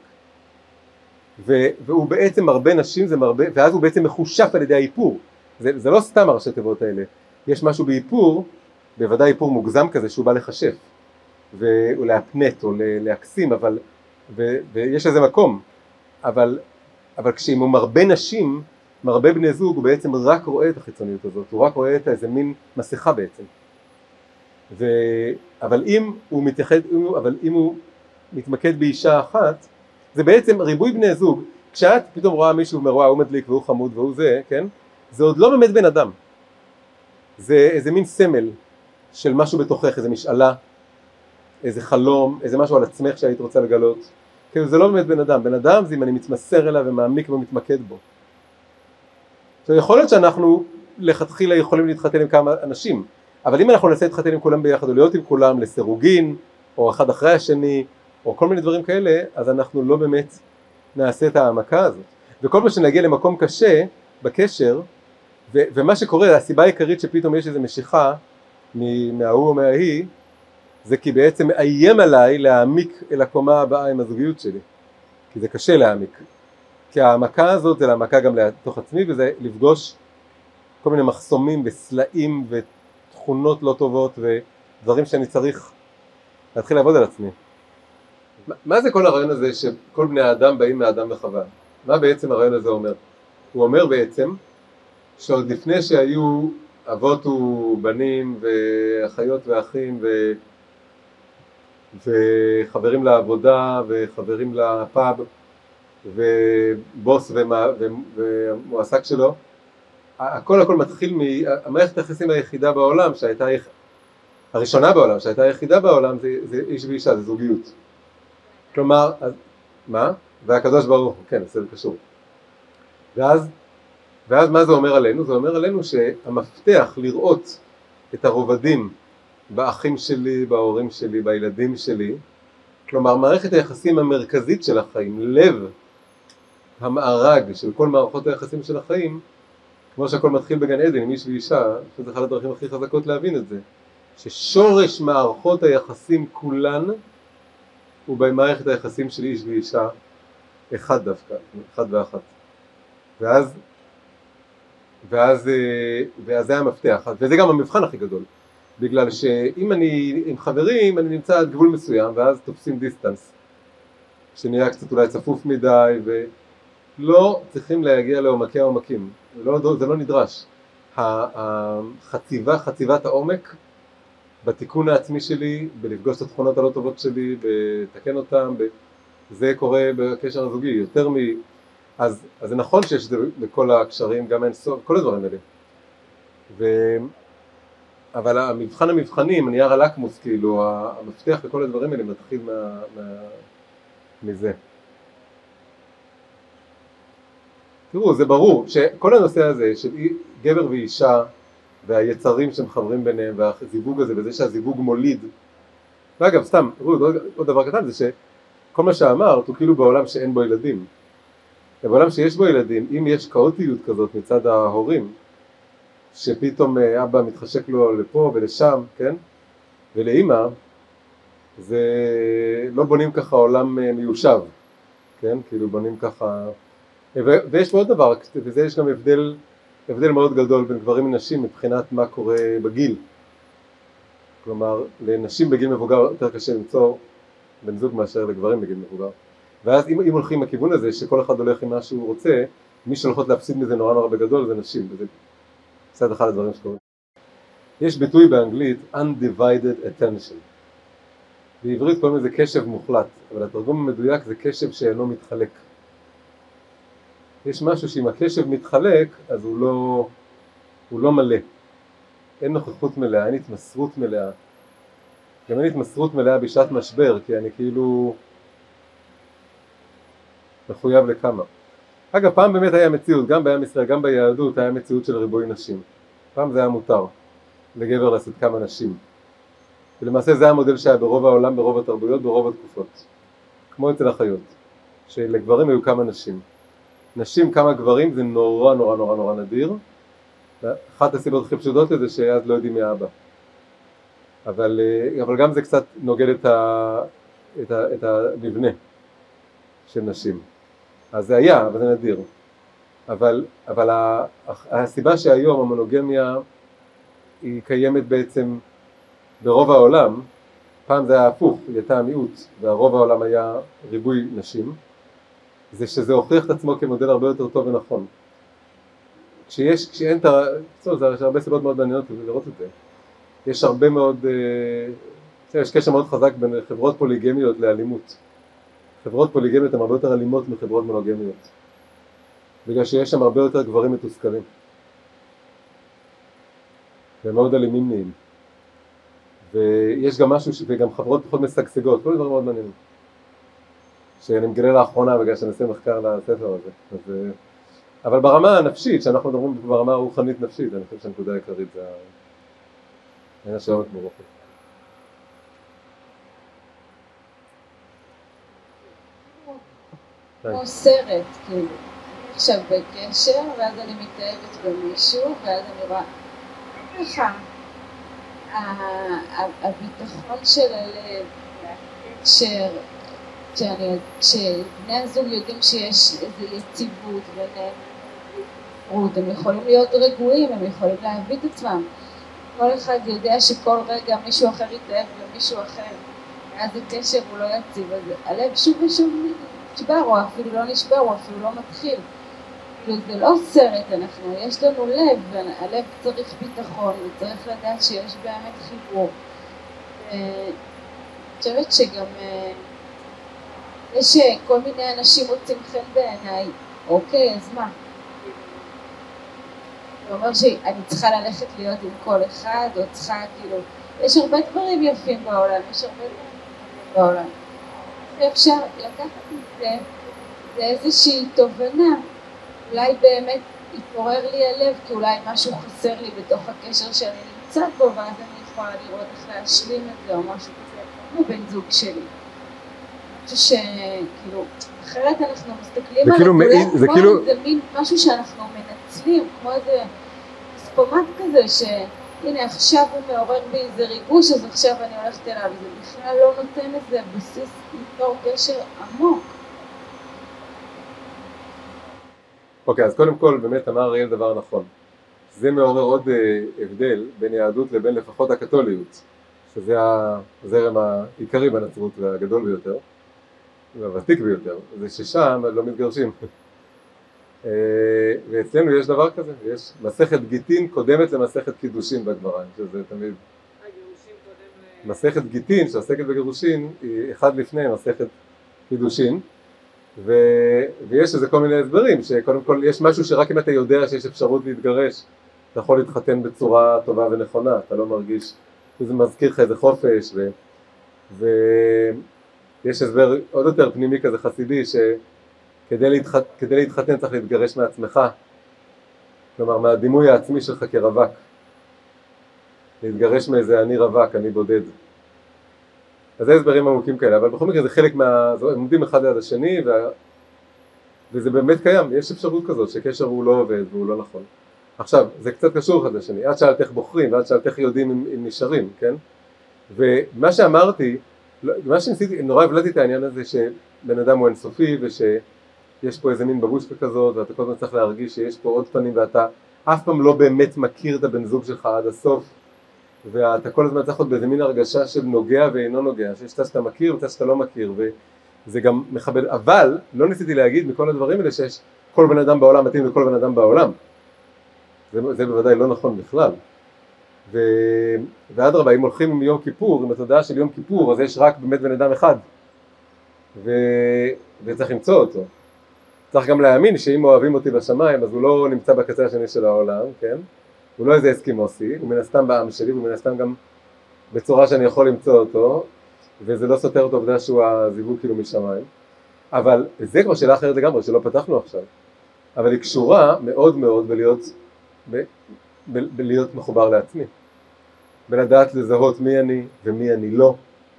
ו, והוא בעצם מרבה נשים, זה מרבה, ואז הוא בעצם מחושף על ידי האיפור. זה, זה לא סתם הראשי תיבות האלה. יש משהו באיפור, בוודאי איפור מוגזם כזה שהוא בא לחשף, או להפנט, או להקסים, אבל, ו, ויש לזה מקום. אבל, אבל כשאם הוא מרבה נשים, מרבה בני זוג, הוא בעצם רק רואה את החיצוניות הזאת, הוא רק רואה את איזה מין מסכה בעצם. ו, אבל אם הוא מתייחד, אבל אם הוא מתמקד באישה אחת, זה בעצם ריבוי בני זוג. כשאת פתאום רואה מישהו מרואה, הוא מדליק והוא חמוד והוא זה, כן? זה עוד לא באמת בן אדם. זה איזה מין סמל של משהו בתוכך, איזה משאלה, איזה חלום, איזה משהו על עצמך שהיית רוצה לגלות. כאילו זה לא באמת בן אדם. בן אדם זה אם אני מתמסר אליו ומעמיק ומתמקד בו. עכשיו יכול להיות שאנחנו לכתחילה יכולים להתחתן עם כמה אנשים, אבל אם אנחנו ננסה להתחתן עם כולם ביחד, או להיות עם כולם לסירוגין, או אחד אחרי השני, או כל מיני דברים כאלה, אז אנחנו לא באמת נעשה את העמקה הזאת. וכל מה שנגיע למקום קשה בקשר, ו- ומה שקורה, הסיבה העיקרית שפתאום יש איזו משיכה מההוא או מההיא, זה כי בעצם מאיים עליי להעמיק אל הקומה הבאה עם הזוגיות שלי. כי זה קשה להעמיק. כי העמקה הזאת זה להעמקה גם לתוך עצמי, וזה לפגוש כל מיני מחסומים וסלעים ותכונות לא טובות ודברים שאני צריך להתחיל לעבוד על עצמי. מה זה כל הרעיון הזה שכל בני האדם באים מאדם וחווה? מה בעצם הרעיון הזה אומר? הוא אומר בעצם שעוד לפני שהיו אבות ובנים ואחיות ואחים ו... וחברים לעבודה וחברים לפאב ובוס ומה... ומועסק שלו, הכל הכל מתחיל מהמערכת היחסים היחידה בעולם שהייתה הראשונה בעולם שהייתה היחידה בעולם זה, זה איש ואישה, זה זוגיות. כלומר, אז, מה? והקדוש ברוך הוא, כן, זה קשור. ואז ואז מה זה אומר עלינו? זה אומר עלינו שהמפתח לראות את הרובדים באחים שלי, בהורים שלי, בילדים שלי, כלומר מערכת היחסים המרכזית של החיים, לב המארג של כל מערכות היחסים של החיים, כמו שהכל מתחיל בגן עדן עם איש ואישה, שזה אחד הדרכים הכי חזקות להבין את זה, ששורש מערכות היחסים כולן הוא במערכת היחסים של איש ואישה אחד דווקא, אחד ואחת. ואז, ואז, ואז זה המפתח, וזה גם המבחן הכי גדול, בגלל שאם אני עם חברים, אני נמצא עד גבול מסוים, ואז תופסים דיסטנס, שנהיה קצת אולי צפוף מדי, ולא צריכים להגיע לעומקי העומקים, לא, זה לא נדרש. החציבה, חציבת העומק, בתיקון העצמי שלי, בלפגוש את התכונות הלא טובות שלי, בתקן אותם, זה קורה בקשר הזוגי, יותר מ... אז, אז זה נכון שיש זה בכל הקשרים, גם אין סוף, כל הדברים האלה. ו... אבל המבחן המבחנים, נייר הלקמוס, כאילו, המפתח וכל הדברים האלה מתחיל מה, מה, מזה. תראו, זה ברור שכל הנושא הזה של גבר ואישה, והיצרים שמחברים ביניהם, והזיווג הזה, וזה שהזיווג מוליד. ואגב, סתם, תראו, עוד, עוד דבר קטן, זה שכל מה שאמרת הוא כאילו בעולם שאין בו ילדים. בעולם שיש בו ילדים, אם יש כאוטיות כזאת מצד ההורים, שפתאום אבא מתחשק לו לפה ולשם, כן? ולאמא, זה לא בונים ככה עולם מיושב, כן? כאילו בונים ככה... ו... ויש פה עוד דבר, וזה יש גם הבדל, הבדל מאוד גדול בין גברים ונשים מבחינת מה קורה בגיל. כלומר, לנשים בגיל מבוגר יותר קשה למצוא בן זוג מאשר לגברים בגיל מבוגר. ואז אם, אם הולכים לכיוון הזה שכל אחד הולך עם מה שהוא רוצה, מי שהולכות להפסיד מזה נורא נורא בגדול זה נשים, וזה קצת אחד הדברים שקורים. יש ביטוי באנגלית undivided attention. בעברית קוראים לזה קשב מוחלט, אבל התרגום המדויק זה קשב שאינו מתחלק. יש משהו שאם הקשב מתחלק אז הוא לא, הוא לא מלא. אין נוכחות מלאה, אין התמסרות מלאה. גם אין התמסרות מלאה בשעת משבר, כי אני כאילו מחויב לכמה. אגב, פעם באמת היה מציאות, גם בעם ישראל, גם ביהדות, היה מציאות של ריבוי נשים. פעם זה היה מותר, לגבר לעשות כמה נשים. ולמעשה זה המודל שהיה ברוב העולם, ברוב התרבויות, ברוב התקופות. כמו אצל החיות, שלגברים היו כמה נשים. נשים כמה גברים זה נורא נורא נורא נורא נדיר. אחת הסיבות הכי פשוטות לזה שאז לא יודעים מי האבא. אבל, אבל גם זה קצת נוגד את, ה, את, ה, את המבנה של נשים. אז זה היה, אבל זה נדיר. אבל, אבל הסיבה שהיום המונוגמיה היא קיימת בעצם ברוב העולם, פעם זה היה הפוך, היא הייתה המיעוט, והרוב העולם היה ריבוי נשים, זה שזה הוכיח את עצמו כמודל הרבה יותר טוב ונכון. כשיש, כשאין את ה... יש הרבה סיבות מאוד מעניינות לראות את זה. יש הרבה מאוד, יש קשר מאוד חזק בין חברות פוליגמיות לאלימות. חברות פוליגמיות הן הרבה יותר אלימות מחברות מונוגמיות. בגלל שיש שם הרבה יותר גברים מתוסכלים. והם מאוד אלימים נהיים. ויש גם משהו, וגם חברות פחות משגשגות, כל דבר מאוד מעניין. שאני מגלה לאחרונה בגלל שאני עושה מחקר לספר הזה. אז, אבל ברמה הנפשית, שאנחנו מדברים ברמה הרוחנית נפשית, אני חושב שהנקודה העיקרית זה אין השאלות מרוחת. כמו סרט, כאילו. עכשיו בקשר, ואז אני מתאהבת במישהו, ואז אני רואה, ככה, הביטחון של הלב, הקשר, כשבני הזוג יודעים שיש איזו יציבות ונאמנות, הם יכולים להיות רגועים, הם יכולים להביא את עצמם. כל אחד יודע שכל רגע מישהו אחר יתאהב למישהו אחר, ואז הקשר הוא לא יציב, אז הלב שוב ושוב נשבר, או אפילו לא נשבר, או אפילו לא מתחיל. זה לא סרט, אנחנו, יש לנו לב, והלב צריך ביטחון, וצריך לדעת שיש באמת חיבור. אני חושבת שגם יש כל מיני אנשים מוצאים חן בעיניי, אוקיי, אז מה? זה אומר שאני צריכה ללכת להיות עם כל אחד, או צריכה, כאילו, יש הרבה דברים יפים בעולם, יש הרבה דברים יפים בעולם. ואפשר לקחת את זה, זה איזושהי תובנה, אולי באמת התעורר לי הלב, כי אולי משהו חסר לי בתוך הקשר שאני נמצאת בו, ואז אני יכולה לראות איך להשלים את זה, או משהו כזה, כמו בן זוג שלי. משהו שכאילו, אחרת אנחנו מסתכלים על זה, כמו איזה מין משהו שאנחנו מנצלים, כמו איזה ספומט כזה, שהנה עכשיו הוא מעורר בי איזה ריגוש, אז עכשיו אני הולכת אליו, זה בכלל לא נותן איזה בסיס ליצור קשר עמוק. אוקיי, אז קודם כל באמת אמר אריאל דבר נכון. זה מעורר עוד הבדל בין יהדות לבין לפחות הקתוליות, שזה הזרם העיקרי בנצרות והגדול ביותר, והוותיק ביותר, זה ששם לא מתגרשים. ואצלנו יש דבר כזה, יש מסכת גיטין קודמת למסכת קידושין בגמרא, שזה תמיד... מסכת גיטין שעוסקת בגירושין היא אחד לפני מסכת קידושין, ו... ויש איזה כל מיני הסברים, שקודם כל יש משהו שרק אם אתה יודע שיש אפשרות להתגרש, אתה יכול להתחתן בצורה טובה ונכונה, אתה לא מרגיש, זה מזכיר לך איזה חופש, ו... ויש הסבר עוד יותר פנימי כזה חסידי, שכדי להתח... כדי להתחתן צריך להתגרש מעצמך, כלומר מהדימוי העצמי שלך כרווק, להתגרש מאיזה אני רווק, אני בודד. אז זה הסברים עמוקים כאלה, אבל בכל מקרה זה חלק מה... הם עומדים אחד ליד השני, וה... וזה באמת קיים, יש אפשרות כזאת שקשר הוא לא עובד והוא לא נכון. עכשיו, זה קצת קשור אחד לשני, עד שאלת איך בוחרים ועד שאלת איך יודעים אם, אם נשארים, כן? ומה שאמרתי, מה שניסיתי, נורא הבלעתי את העניין הזה שבן אדם הוא אינסופי ושיש פה איזה מין בבושקה כזאת ואתה כל הזמן צריך להרגיש שיש פה עוד פנים ואתה אף פעם לא באמת מכיר את הבן זוג שלך עד הסוף, ואתה כל הזמן צריך להיות באיזה מין הרגשה של נוגע ואינו נוגע, שיש צד שאתה מכיר וצד שאתה לא מכיר, וזה גם מכבד, אבל לא ניסיתי להגיד מכל הדברים האלה שיש כל בן אדם בעולם מתאים לכל בן אדם בעולם, זה, זה בוודאי לא נכון בכלל. ו... ואדרבה, אם הולכים עם יום כיפור, עם התודעה של יום כיפור, אז יש רק באמת בן אדם אחד, ו... וצריך למצוא אותו. צריך גם להאמין שאם אוהבים אותי בשמיים, אז הוא לא נמצא בקצה השני של העולם, כן? הוא לא איזה אסקימוסי, הוא מן הסתם בעם שלי, הוא מן הסתם גם בצורה שאני יכול למצוא אותו, וזה לא סותר את העובדה שהוא הזיווג כאילו משמיים. אבל זה כבר שאלה אחרת לגמרי, שלא פתחנו עכשיו. אבל היא קשורה מאוד מאוד בלהיות, ב, ב, בלהיות מחובר לעצמי. בלדעת לזהות מי אני ומי אני לא.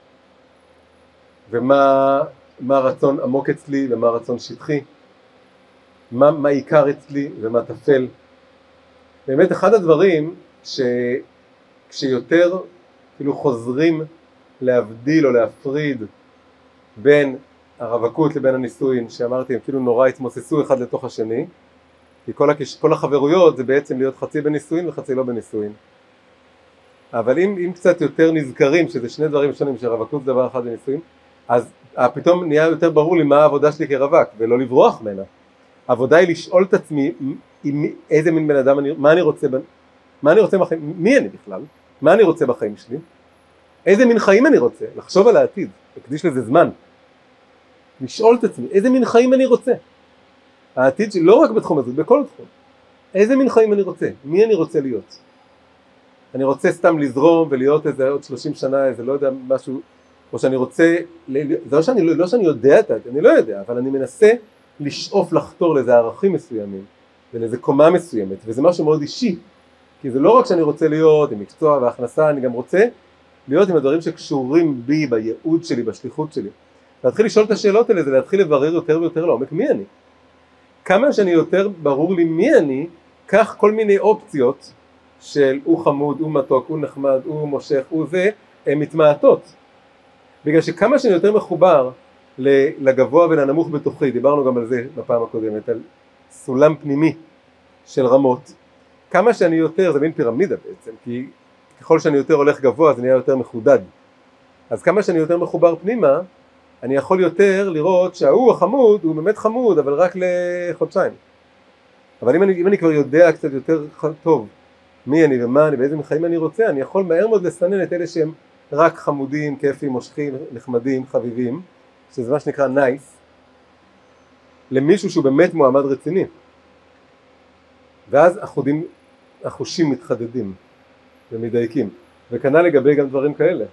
ומה מה רצון עמוק אצלי ומה רצון שטחי. מה, מה עיקר אצלי ומה תפל. באמת אחד הדברים שכשיותר כאילו חוזרים להבדיל או להפריד בין הרווקות לבין הנישואין, שאמרתי הם כאילו נורא התמוססו אחד לתוך השני, כי כל, הקש... כל החברויות זה בעצם להיות חצי בנישואין וחצי לא בנישואין. אבל אם, אם קצת יותר נזכרים שזה שני דברים שונים, שהרווקות זה דבר אחד בנישואין, אז פתאום נהיה יותר ברור לי מה העבודה שלי כרווק, ולא לברוח ממנה. העבודה היא לשאול את עצמי עם איזה מין בן אדם, אני, מה אני רוצה, מה אני רוצה בחיים, מי אני בכלל, מה אני רוצה בחיים שלי, איזה מין חיים אני רוצה, לחשוב על העתיד, להקדיש לזה זמן, לשאול את עצמי איזה מין חיים אני רוצה, העתיד שלי לא רק בתחום הזה, בכל תחום, איזה מין חיים אני רוצה, מי אני רוצה להיות, אני רוצה סתם לזרום ולהיות איזה עוד שלושים שנה, איזה לא יודע משהו, או שאני רוצה, זה לא שאני, לא שאני יודע את זה, אני לא יודע, אבל אני מנסה לשאוף לחתור לאיזה ערכים מסוימים, ולאיזה קומה מסוימת, וזה משהו מאוד אישי, כי זה לא רק שאני רוצה להיות עם מקצוע והכנסה, אני גם רוצה להיות עם הדברים שקשורים בי, בייעוד שלי, בשליחות שלי. להתחיל לשאול את השאלות האלה, זה להתחיל לברר יותר ויותר לעומק מי אני. כמה שאני יותר ברור לי מי אני, כך כל מיני אופציות של הוא חמוד, הוא מתוק, הוא נחמד, הוא מושך, הוא זה, הן מתמעטות. בגלל שכמה שאני יותר מחובר לגבוה ולנמוך בתוכי, דיברנו גם על זה בפעם הקודמת, על סולם פנימי של רמות, כמה שאני יותר, זה מין פירמידה בעצם, כי ככל שאני יותר הולך גבוה זה נהיה יותר מחודד, אז כמה שאני יותר מחובר פנימה, אני יכול יותר לראות שההוא החמוד הוא באמת חמוד, אבל רק לחודשיים. אבל אם אני, אם אני כבר יודע קצת יותר טוב מי אני ומה אני ואיזה חיים אני רוצה, אני יכול מהר מאוד לסנן את אלה שהם רק חמודים, כיפים, מושכים, נחמדים, חביבים, שזה מה שנקרא נייס, למישהו שהוא באמת מועמד רציני. ואז החודים, החושים מתחדדים ומדייקים, וכנ"ל לגבי גם דברים כאלה.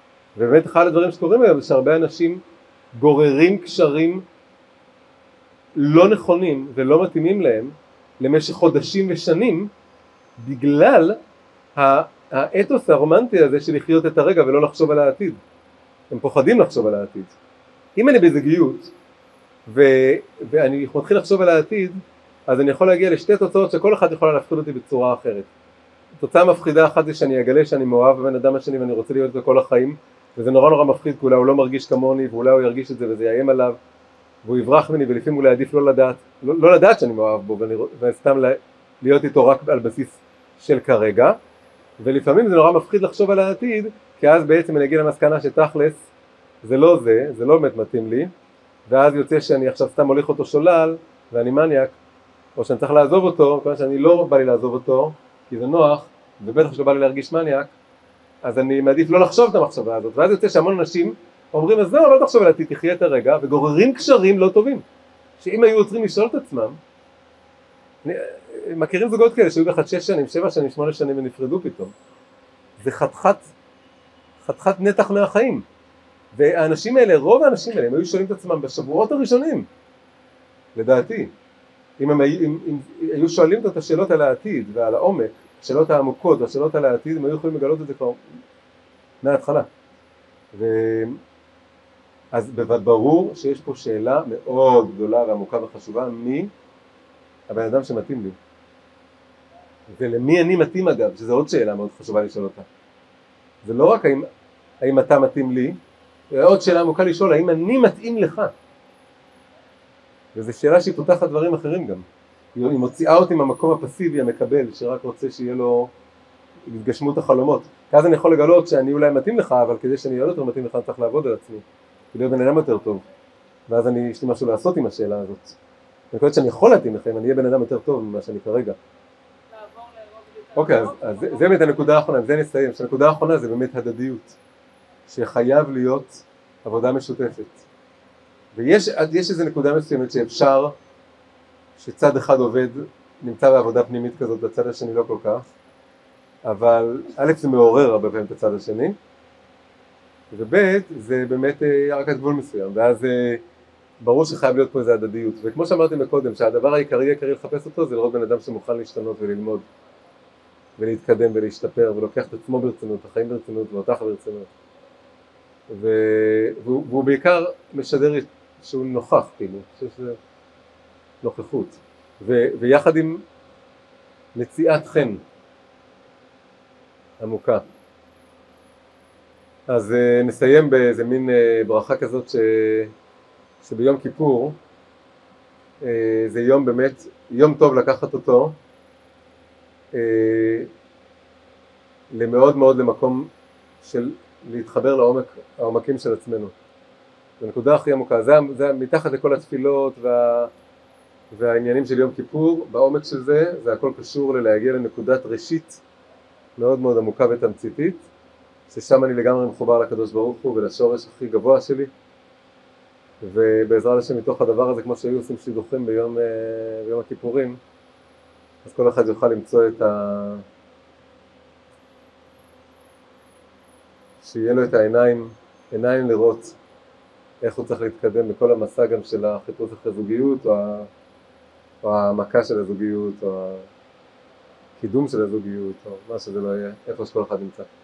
ובאמת אחד הדברים שקורים היום זה שהרבה אנשים גוררים קשרים לא נכונים ולא מתאימים להם למשך חודשים ושנים, בגלל האתוס הרומנטי הזה של לחיות את הרגע ולא לחשוב על העתיד. הם פוחדים לחשוב על העתיד. אם אני בזוגיות ו... ואני מתחיל לחשוב על העתיד, אז אני יכול להגיע לשתי תוצאות שכל אחד יכולה להפחיד אותי בצורה אחרת. תוצאה מפחידה אחת זה שאני אגלה שאני מאוהב בבן אדם השני ואני רוצה להיות בכל החיים, וזה נורא נורא מפחיד, כי אולי הוא לא מרגיש כמוני, ואולי הוא ירגיש את זה וזה יאיים עליו, והוא יברח ממני, ולפעמים אולי עדיף לא לדעת, לא, לא לדעת שאני מאוהב בו, ואני, וסתם להיות איתו רק על בסיס של כרגע. ולפעמים זה נורא מפחיד לחשוב על העתיד, כי אז בעצם אני אגיע למסקנה שתכלס זה לא זה, זה לא באמת מתאים לי, ואז יוצא שאני עכשיו סתם הוליך אותו שולל ואני מניאק, או שאני צריך לעזוב אותו, כיוון שאני לא בא לי לעזוב אותו כי זה נוח, ובטח שלא בא לי להרגיש מניאק, אז אני מעדיף לא לחשוב את המחשבה הזאת. ואז יוצא שהמון אנשים אומרים, אז זהו, לא תחשוב על העתיד, תחיה את הרגע, וגוררים קשרים לא טובים, שאם היו עוצרים לשאול את עצמם, מכירים זוגות כאלה שהיו באחד שש שנים, שבע שנים, שמונה שנים ונפרדו פתאום. זה חתיכת, חתיכת נתח מהחיים. והאנשים האלה, רוב האנשים האלה, הם היו שואלים את עצמם בשבועות הראשונים, לדעתי. אם הם היו, אם, אם היו שואלים את השאלות על העתיד ועל העומק, השאלות העמוקות והשאלות על העתיד, הם היו יכולים לגלות את זה כבר מההתחלה. ו... אז ברור שיש פה שאלה מאוד גדולה ועמוקה וחשובה, מי הבן אדם שמתאים לי. ולמי אני מתאים אגב, שזו עוד שאלה מאוד חשובה לשאול אותה. זה לא רק האם, האם אתה מתאים לי, זה עוד שאלה עמוקה לשאול, האם אני מתאים לך. וזו שאלה שהיא פותחת דברים אחרים גם. היא מוציאה אותי מהמקום הפסיבי המקבל, שרק רוצה שיהיה לו התגשמות החלומות. כי אז אני יכול לגלות שאני אולי מתאים לך, אבל כדי שאני אהיה יותר מתאים לך, אני צריך לעבוד על עצמי. כדי להיות בן אדם יותר טוב. ואז אני, יש לי משהו לעשות עם השאלה הזאת. אני חושבת שאני יכול להתאים לכם, אני אהיה בן אדם יותר טוב ממה שאני כרגע. אוקיי, אז, אז זה, זה באמת הנקודה האחרונה, זה נסיים. שהנקודה האחרונה זה באמת הדדיות. שחייב להיות עבודה משותפת. ויש יש איזו נקודה מסוימת שאפשר שצד אחד עובד, נמצא בעבודה פנימית כזאת, בצד השני לא כל כך, אבל א' זה מעורר הרבה פעמים את הצד השני, וב' זה באמת רק עד גבול מסוים, ואז ברור שחייב להיות פה איזו הדדיות. וכמו שאמרתי מקודם, שהדבר העיקרי העיקרי לחפש אותו זה לראות בן אדם שמוכן להשתנות וללמוד ולהתקדם ולהשתפר ולוקח את עצמו ברצינות, החיים ברצינות ואותך ברצינות. והוא, והוא בעיקר משדר שהוא נוכח, כאילו, שזה נוכחות, ו, ויחד עם מציאת חן עמוקה. אז uh, נסיים באיזה מין uh, ברכה כזאת ש, שביום כיפור uh, זה יום באמת, יום טוב לקחת אותו uh, למאוד מאוד למקום של להתחבר לעומק, העומקים של עצמנו. הנקודה הכי עמוקה, זה, זה מתחת לכל התפילות וה, והעניינים של יום כיפור, בעומק של זה, זה הכל קשור ללהגיע לנקודת ראשית מאוד מאוד עמוקה ותמציתית, ששם אני לגמרי מחובר לקדוש ברוך הוא ולשורש הכי גבוה שלי, ובעזרת השם מתוך הדבר הזה, כמו שהיו עושים שידוכים ביום, ביום הכיפורים, אז כל אחד יוכל למצוא את ה... שיהיה לו את העיניים, עיניים לראות איך הוא צריך להתקדם בכל המסע גם של החיפוש אחרי זוגיות, או, ה... או העמקה של הזוגיות, או הקידום של הזוגיות, או מה שזה לא יהיה, איפה שכל אחד נמצא.